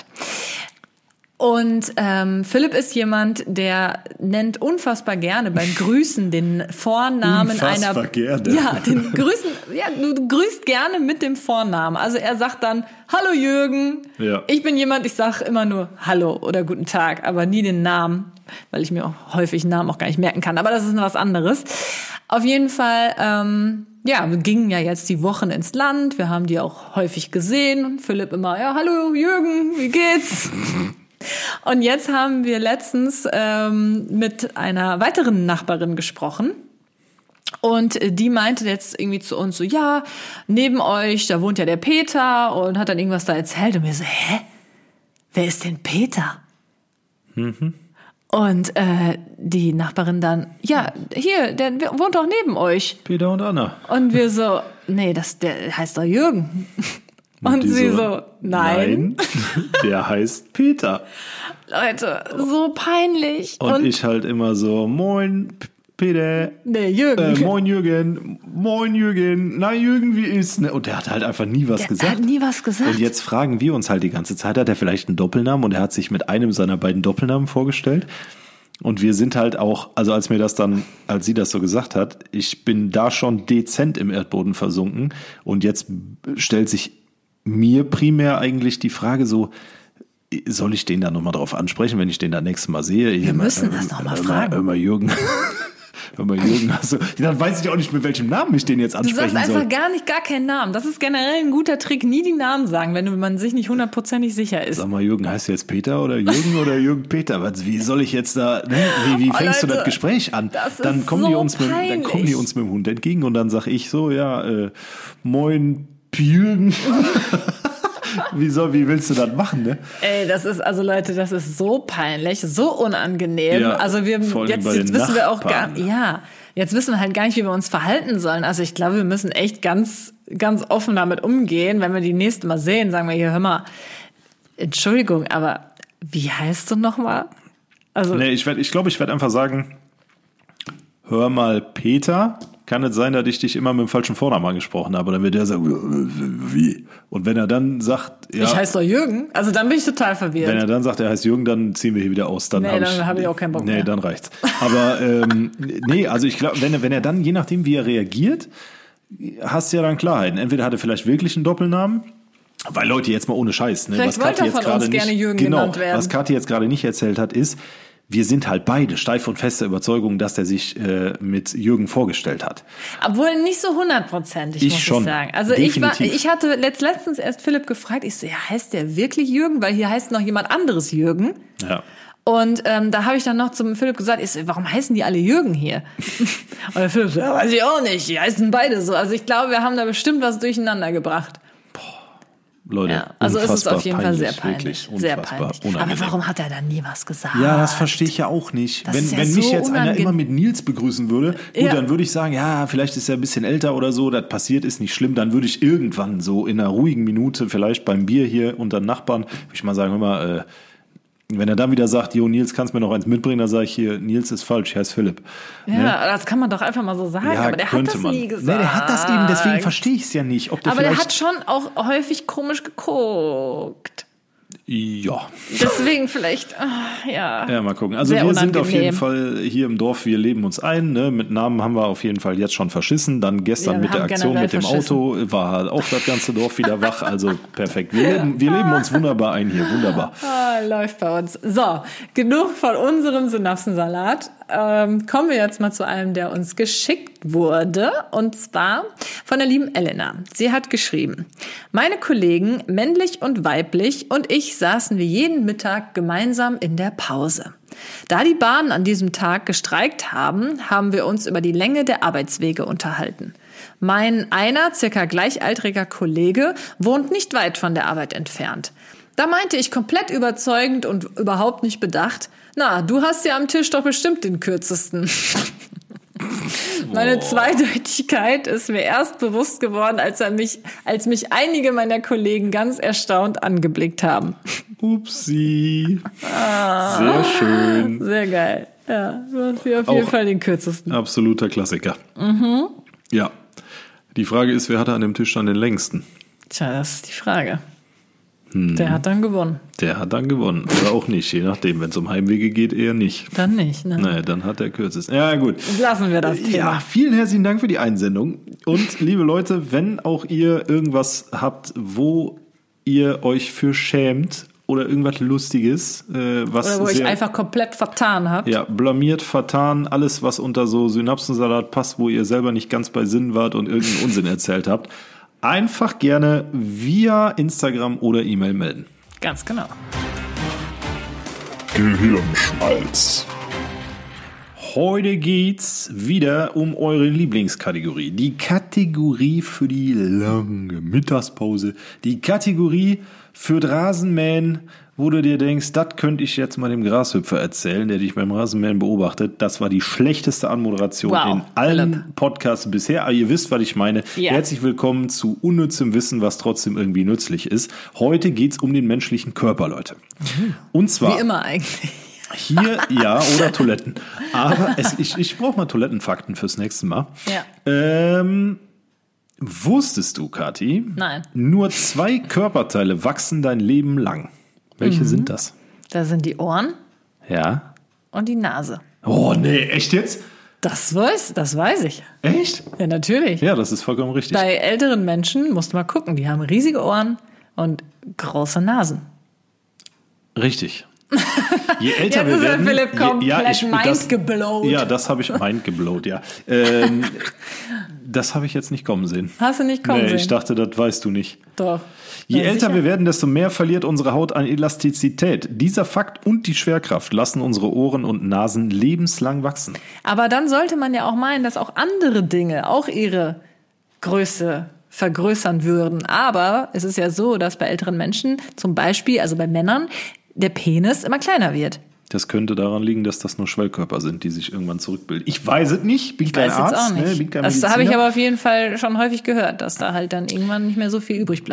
Und ähm, Philipp ist jemand, der nennt unfassbar gerne beim Grüßen den Vornamen Unfassbar einer. gerne. Ja, den Grüßen. Ja, du grüßt gerne mit dem Vornamen. Also er sagt dann: Hallo Jürgen. Ja. Ich bin jemand, ich sage immer nur Hallo oder Guten Tag, aber nie den Namen, weil ich mir auch häufig Namen auch gar nicht merken kann. Aber das ist noch was anderes. Auf jeden Fall. Ähm, Ja, wir gingen ja jetzt die Wochen ins Land. Wir haben die auch häufig gesehen. Und Philipp immer: Ja, hallo Jürgen, wie geht's? Und jetzt haben wir letztens ähm, mit einer weiteren Nachbarin gesprochen. Und die meinte jetzt irgendwie zu uns so: Ja, neben euch, da wohnt ja der Peter, und hat dann irgendwas da erzählt. Und wir so: Hä? Wer ist denn Peter? Mhm. Und äh, die Nachbarin dann: Ja, hier, der wohnt doch neben euch. Peter und Anna. Und wir so: Nee, das, der heißt doch Jürgen. Und, die sie so: Nein. Nein, der heißt Peter. Leute, so peinlich. Und, ich halt immer so: Moin, P- Peter. Nee, Jürgen. Äh, moin Jürgen, moin Jürgen, na Jürgen, wie ist? Ne? Und der hat halt einfach nie was Der gesagt. hat nie was gesagt. Und jetzt fragen wir uns halt die ganze Zeit, hat er vielleicht einen Doppelnamen, und er hat sich mit einem seiner beiden Doppelnamen vorgestellt. Und wir sind halt auch, also als mir das dann, als sie das so gesagt hat, ich bin da schon dezent im Erdboden versunken, und jetzt stellt sich mir primär eigentlich die Frage so: Soll ich den da nochmal drauf ansprechen, wenn ich den da nächstes Mal sehe? Wir müssen das noch mal fragen. Hör mal, Jürgen. Hör mal, Jürgen, also, dann weiß ich auch nicht, mit welchem Namen ich den jetzt Du ansprechen sagst soll. einfach gar nicht, gar keinen Namen. Das ist generell ein guter Trick, nie die Namen sagen, wenn man sich nicht hundertprozentig sicher ist. Sag mal, Jürgen, heißt du jetzt Peter oder Jürgen oder Jürgen Peter? Was, wie soll ich jetzt da, ne? wie, wie Oh, fängst du Leute, das Gespräch an? das Dann ist kommen, so die uns mit, dann peinlich. kommen die uns mit dem Hund entgegen, und dann sag ich so: Ja, äh, moin, Jürgen. Wie soll, wie willst du das machen, ne? Ey, das ist, also Leute, das ist so peinlich, so unangenehm. Ja, also wir, vor allem jetzt, bei jetzt den wissen wir auch gar, Nachbarn. ja, jetzt wissen wir halt gar nicht, wie wir uns verhalten sollen. Also ich glaube, wir müssen echt ganz, ganz offen damit umgehen. Wenn wir die nächste Mal sehen, sagen wir: Hier, hör mal, Entschuldigung, aber Wie heißt du nochmal? Also, Nee, ich glaube, ich, glaub, ich werde einfach sagen, hör mal, Peter, kann es sein, dass ich dich immer mit dem falschen Vornamen angesprochen habe? Dann wird der sagen, wie? Und wenn er dann sagt, ja, ich heiße doch Jürgen, also dann bin ich total verwirrt. wenn er dann sagt, er heißt Jürgen, dann ziehen wir hier wieder aus. Dann Nee, hab dann ich, habe ich auch keinen Bock nee, mehr. dann reicht's. Aber ähm, nee, also ich glaube, wenn er, wenn er dann, je nachdem, wie er reagiert, hast du ja dann Klarheiten. Entweder hat er vielleicht wirklich einen Doppelnamen, weil Leute, jetzt mal ohne Scheiß, ne, Vielleicht was wollte Kathi er jetzt von gerade uns nicht, gerne Jürgen genau, genannt werden. was Kathi jetzt gerade nicht erzählt hat, ist, wir sind halt beide steif und fester Überzeugung, dass der sich äh, mit Jürgen vorgestellt hat. Obwohl nicht so hundertprozentig, Ich muss schon. ich sagen. Also ich war, Definitiv. ich hatte letzt, letztens erst Philipp gefragt, ich so, ja, heißt der wirklich Jürgen? Weil hier heißt noch jemand anderes Jürgen. Ja. Und ähm, da habe ich dann noch zum Philipp gesagt, ich so, warum heißen die alle Jürgen hier? Und der Philipp so, ja, weiß ich auch nicht, die heißen beide so. Also ich glaube, wir haben da bestimmt was durcheinander gebracht. Leute, Ja, also ist es unfassbar auf jeden peinlich, Fall sehr peinlich. Wirklich, Sehr unfassbar peinlich. unangenehm. Aber warum hat er dann nie was gesagt? Ja, das verstehe ich ja auch nicht. Das Wenn, ist ja wenn mich so jetzt einer unangenehm. immer mit Nils begrüßen würde, gut, Ja. dann würde ich sagen, ja, vielleicht ist er ein bisschen älter oder so, das passiert, ist nicht schlimm. Dann würde ich irgendwann so in einer ruhigen Minute, vielleicht beim Bier hier unter Nachbarn, würde ich mal sagen, hör mal, äh, wenn er dann wieder sagt, jo, Nils, kannst mir noch eins mitbringen, dann sage ich hier, Nils ist falsch, ich heiße Philipp. Ja, das kann man doch einfach mal so sagen, aber der hat könnte das man. nie gesagt. Nee, der hat das eben, deswegen verstehe ich es ja nicht. Ob der Aber der vielleicht, hat schon auch häufig komisch geguckt. Ja. Deswegen vielleicht, ah, ja. Ja, mal gucken. Also Sehr wir sind auf unangenehm. jeden Fall hier im Dorf, wir leben uns ein. Ne? Mit Namen haben wir auf jeden Fall jetzt schon verschissen. Dann gestern Ja, wir mit der haben Aktion generell mit dem verschissen. Auto war halt auch das ganze Dorf wieder wach. Also perfekt. Wir leben, wir leben uns wunderbar ein hier. Wunderbar. Ah, läuft bei uns. So, genug von unserem Synapsensalat. Ähm, kommen wir jetzt mal zu einem, der uns geschickt wurde. Und zwar von der lieben Elena. Sie hat geschrieben: Meine Kollegen, männlich und weiblich, und ich saßen wir jeden Mittag gemeinsam in der Pause. Da die Bahnen an diesem Tag gestreikt haben, haben wir uns über die Länge der Arbeitswege unterhalten. Mein einer circa gleichaltriger Kollege wohnt nicht weit von der Arbeit entfernt. Da meinte ich komplett überzeugend und überhaupt nicht bedacht: Na, du hast ja am Tisch doch bestimmt den kürzesten. Meine Zweideutigkeit ist mir erst bewusst geworden, als er mich, als mich einige meiner Kollegen ganz erstaunt angeblickt haben. Upsi. Sehr schön. Sehr geil. Ja, du hast hier auf jeden Auch Fall den kürzesten. Absoluter Klassiker. Mhm. Ja. Die Frage ist, wer hatte an dem Tisch dann den längsten? Tja, das ist die Frage. Der hat dann gewonnen. Der hat dann gewonnen. Oder auch nicht, je nachdem. Wenn es um Heimwege geht, eher nicht. Dann nicht, ne? Nee, dann hat der kürzesten. Ja, gut. Lassen wir das Thema. Ja, vielen herzlichen Dank für die Einsendung. Und liebe Leute, wenn auch ihr irgendwas habt, wo ihr euch für schämt oder irgendwas Lustiges, äh, was Oder wo ich sehr, einfach komplett vertan habe. ja, blamiert, vertan, alles, was unter so Synapsensalat passt, wo ihr selber nicht ganz bei Sinn wart und irgendeinen Unsinn erzählt habt, einfach gerne via Instagram oder E-Mail melden. Ganz genau. Gehirnschmalz. Heute geht's wieder um eure Lieblingskategorie. Die Kategorie für die lange Mittagspause. Die Kategorie für Rasenmähen, wo du dir denkst, das könnte ich jetzt mal dem Grashüpfer erzählen, der dich beim Rasenmähen beobachtet. Das war die schlechteste Anmoderation Wow, in allen Philipp. Podcasts bisher. Aber ihr wisst, was ich meine. Ja. Herzlich willkommen zu unnützem Wissen, was trotzdem irgendwie nützlich ist. Heute geht's um den menschlichen Körper, Leute. Und zwar... Wie immer eigentlich. Hier, ja, oder Toiletten. Aber es, ich, ich brauche mal Toilettenfakten fürs nächste Mal. Ja. Ähm, wusstest du, Kathi? Nein. Nur zwei Körperteile wachsen dein Leben lang. Welche sind das? Da sind die Ohren Ja. und die Nase. Oh, nee, echt jetzt? Das weiß, das weiß ich. Echt? Ja, natürlich. Ja, das ist vollkommen richtig. Bei älteren Menschen musst du mal gucken, die haben riesige Ohren und große Nasen. Richtig. Je älter Jetzt wir ist der werden, Philipp komplett das, mindgeblowt. ja, das habe ich mindgeblowt, ja. Ähm, das habe ich jetzt nicht kommen sehen. Hast du nicht kommen Nee, sehen? ich dachte, das weißt du nicht. Doch. Je Ja, älter sicher. wir werden, desto mehr verliert unsere Haut an Elastizität. Dieser Fakt und die Schwerkraft lassen unsere Ohren und Nasen lebenslang wachsen. Aber dann sollte man ja auch meinen, dass auch andere Dinge auch ihre Größe vergrößern würden. Aber es ist ja so, dass bei älteren Menschen, zum Beispiel, also bei Männern, der Penis immer kleiner wird. Das könnte daran liegen, dass das nur Schwellkörper sind, die sich irgendwann zurückbilden. Ich weiß es nicht, bin kein Weiß jetzt Arzt, auch nicht. ne, bin kein das Mediziner. habe ich aber auf jeden Fall schon häufig gehört, dass da halt dann irgendwann nicht mehr so viel übrig bleibt.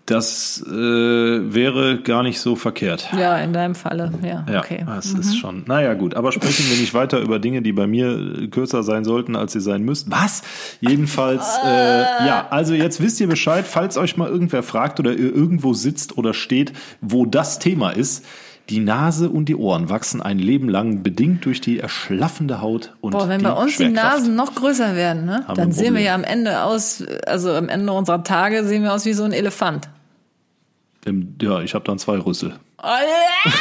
Das äh, wäre gar nicht so verkehrt. Ja, in deinem Falle, ja. Ja, okay. das Mhm. ist schon. Naja, gut. Aber sprechen wir nicht weiter über Dinge, die bei mir kürzer sein sollten, als sie sein müssten. Was? Jedenfalls, äh, ja, also jetzt wisst ihr Bescheid, falls euch mal irgendwer fragt oder ihr irgendwo sitzt oder steht, wo das Thema ist. Die Nase und die Ohren wachsen ein Leben lang bedingt durch die erschlaffende Haut und Boah, wenn die bei uns die Schwerkraft. Nasen noch größer werden, ne? Haben wir Dann ein sehen wir Problem. ja am Ende aus, also am Ende unserer Tage sehen wir aus wie so ein Elefant. Im, ja, ich habe dann zwei Rüssel. Oh, ja!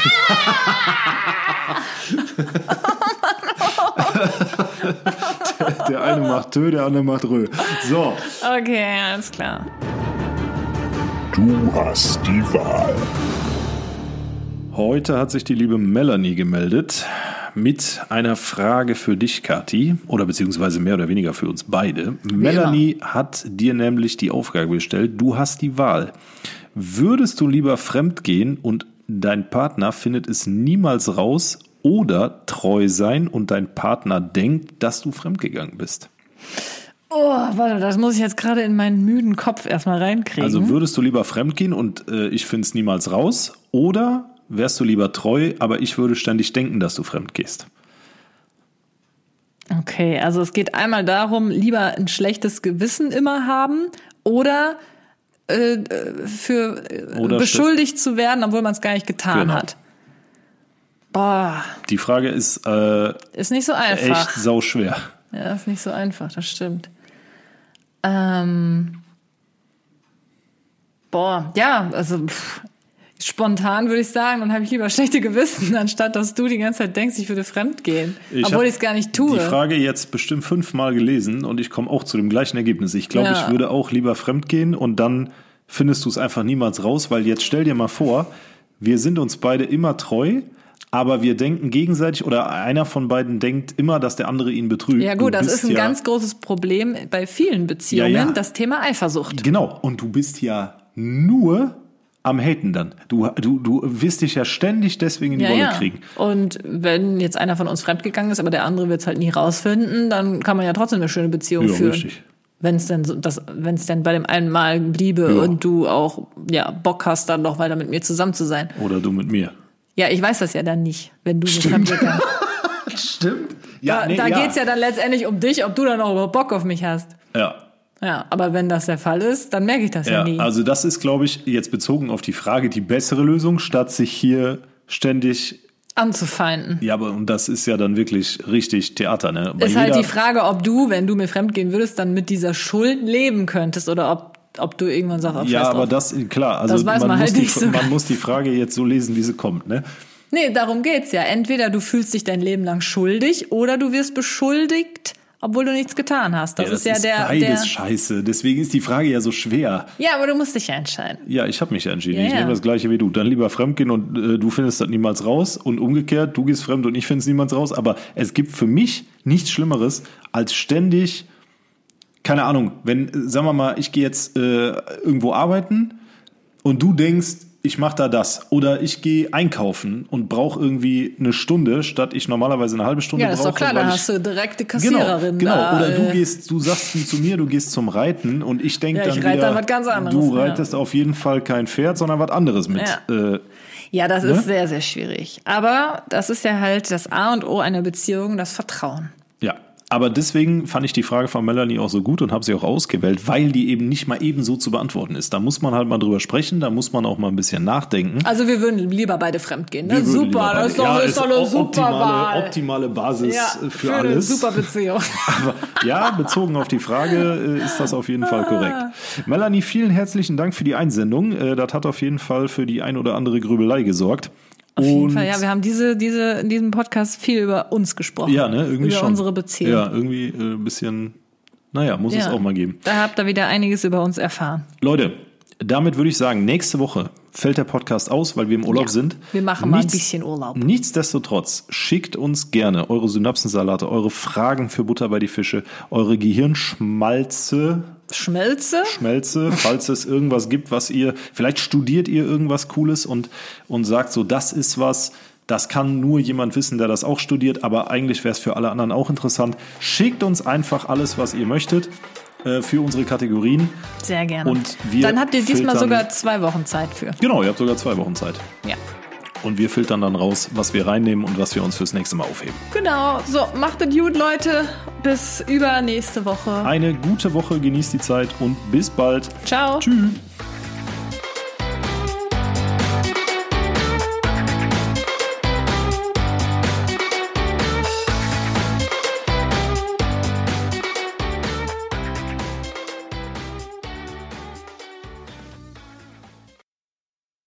Der eine macht Tö, der andere macht Rö. So. Okay, alles klar. Du hast die Wahl. Heute hat sich die liebe Melanie gemeldet mit einer Frage für dich, Kathi, oder beziehungsweise mehr oder weniger für uns beide. Melanie hat dir nämlich die Aufgabe gestellt, du hast die Wahl. Würdest du lieber fremdgehen und dein Partner findet es niemals raus oder treu sein und dein Partner denkt, dass du fremdgegangen bist? Oh, warte, das muss ich jetzt gerade in meinen müden Kopf erstmal reinkriegen. Also würdest du lieber fremdgehen und äh, ich finde es niemals raus oder wärst du lieber treu, aber ich würde ständig denken, dass du fremd gehst? Okay, also es geht einmal darum, lieber ein schlechtes Gewissen immer haben oder äh, für äh, Oder beschuldigt zu werden, obwohl man es gar nicht getan Genau. hat. Boah, Die Frage ist äh, ist nicht so einfach. echt sauschwer. Ja, ist nicht so einfach, das stimmt. Ähm, boah, ja, also pff, spontan würde ich sagen, dann habe ich lieber schlechte Gewissen, anstatt dass du die ganze Zeit denkst, ich würde fremd gehen. Ich obwohl hab ich es gar nicht tue. Die Frage jetzt bestimmt fünfmal gelesen und ich komme auch zu dem gleichen Ergebnis. Ich glaube, Ja. ich würde auch lieber fremd gehen und dann findest du es einfach niemals raus, weil jetzt stell dir mal vor, wir sind uns beide immer treu, aber wir denken gegenseitig oder einer von beiden denkt immer, dass der andere ihn betrügt. Ja gut, Du das bist ist ein ja, ganz großes Problem bei vielen Beziehungen, Ja, ja. das Thema Eifersucht. Genau, und du bist ja nur am Haten dann. Du, du, du wirst dich ja ständig deswegen in die Ja, Wolle ja. kriegen. Und wenn jetzt einer von uns fremdgegangen ist, aber der andere wird es halt nie rausfinden, dann kann man ja trotzdem eine schöne Beziehung Ja, führen. richtig. Wenn es denn so, das, wenn es denn bei dem einen Mal bliebe Ja. und du auch ja Bock hast, dann noch weiter mit mir zusammen zu sein. Oder du mit mir. Ja, ich weiß das ja dann nicht, wenn du so fremdgegangen bist. Stimmt. Da, nee, da geht's ja dann letztendlich um dich, ob du dann auch überhaupt Bock auf mich hast. Ja. Ja, aber wenn das der Fall ist, dann merke ich das ja, Ja, nie. also das ist, glaube ich, jetzt bezogen auf die Frage, die bessere Lösung, statt sich hier ständig, Anzufeinden. ja, aber und das ist ja dann wirklich richtig Theater, ne? Bei Ist halt jeder- die Frage, ob du, wenn du mir fremdgehen würdest, dann mit dieser Schuld leben könntest oder ob, ob du irgendwann sagst, oh, Ja, scheiß aber drauf. das, klar, also Das weiß man muss halt die, nicht so man ganz. muss die Frage jetzt so lesen, wie sie kommt, ne? Nee, darum geht's ja. Entweder du fühlst dich dein Leben lang schuldig oder du wirst beschuldigt, obwohl du nichts getan hast. Das, ja, ist ja der, beides der. scheiße, deswegen ist die Frage ja so schwer. Ja, aber du musst dich ja entscheiden. Ja, ich habe mich ja entschieden. Ja, ich ja. nehme das Gleiche wie du. Dann lieber fremdgehen und äh, du findest das niemals raus und umgekehrt, du gehst fremd und ich finde es niemals raus. Aber es gibt für mich nichts Schlimmeres, als ständig, keine Ahnung, wenn, äh, sagen wir mal, ich gehe jetzt äh, irgendwo arbeiten und du denkst, ich mache da das. Oder ich gehe einkaufen und brauche irgendwie eine Stunde, statt ich normalerweise eine halbe Stunde Ja, das ist brauche. doch klar, weil da ich- hast du direkt die Genau, Kassiererin genau. da. Oder du äh, gehst, du sagst zu mir, du gehst zum Reiten und ich denke Ja, ich dann reite wieder, dann was ganz anderes, du ja. reitest auf jeden Fall kein Pferd, sondern was anderes mit. Ja. Äh, Ja, das Ne? ist sehr, sehr schwierig. Aber das ist ja halt das A und O einer Beziehung, das Vertrauen. ja. Aber deswegen fand ich die Frage von Melanie auch so gut und habe sie auch ausgewählt, weil die eben nicht mal eben so zu beantworten ist. Da muss man halt mal drüber sprechen, da muss man auch mal ein bisschen nachdenken. Also wir würden lieber beide fremdgehen. Ne? Wir würden lieber Super, beide- das ist doch, ja, ist doch eine o- super optimale, Wahl. optimale Basis Ja, äh, für, für eine alles. super Beziehung. Aber ja, bezogen auf die Frage äh, ist das auf jeden Fall korrekt. Melanie, vielen herzlichen Dank für die Einsendung. Äh, das hat auf jeden Fall für die ein oder andere Grübelei gesorgt. Auf jeden Und Fall, ja, wir haben diese, diese, in diesem Podcast viel über uns gesprochen. Ja, ne, irgendwie über schon. unsere Beziehung. Ja, irgendwie äh, ein bisschen, naja, muss es Ja. auch mal geben. Da habt ihr wieder einiges über uns erfahren. Leute, damit würde ich sagen, nächste Woche fällt der Podcast aus, weil wir im Urlaub Ja, sind. wir machen mal ein bisschen Urlaub. Nichtsdestotrotz, schickt uns gerne eure Synapsensalate, eure Fragen für Butter bei die Fische, eure Gehirnschmalze, Schmelze? Schmelze, falls es irgendwas gibt, was ihr, vielleicht studiert ihr irgendwas Cooles und, und sagt so, das ist was, das kann nur jemand wissen, der das auch studiert, aber eigentlich wäre es für alle anderen auch interessant. Schickt uns einfach alles, was ihr möchtet äh, für unsere Kategorien. Sehr gerne. Und wir dann habt ihr diesmal filtern- sogar zwei Wochen Zeit für. Genau, ihr habt sogar zwei Wochen Zeit. Ja. Und wir filtern dann raus, was wir reinnehmen und was wir uns fürs nächste Mal aufheben. Genau. So, macht es gut, Leute. Bis übernächste Woche. Eine gute Woche, genießt die Zeit und bis bald. Ciao. Tschüss.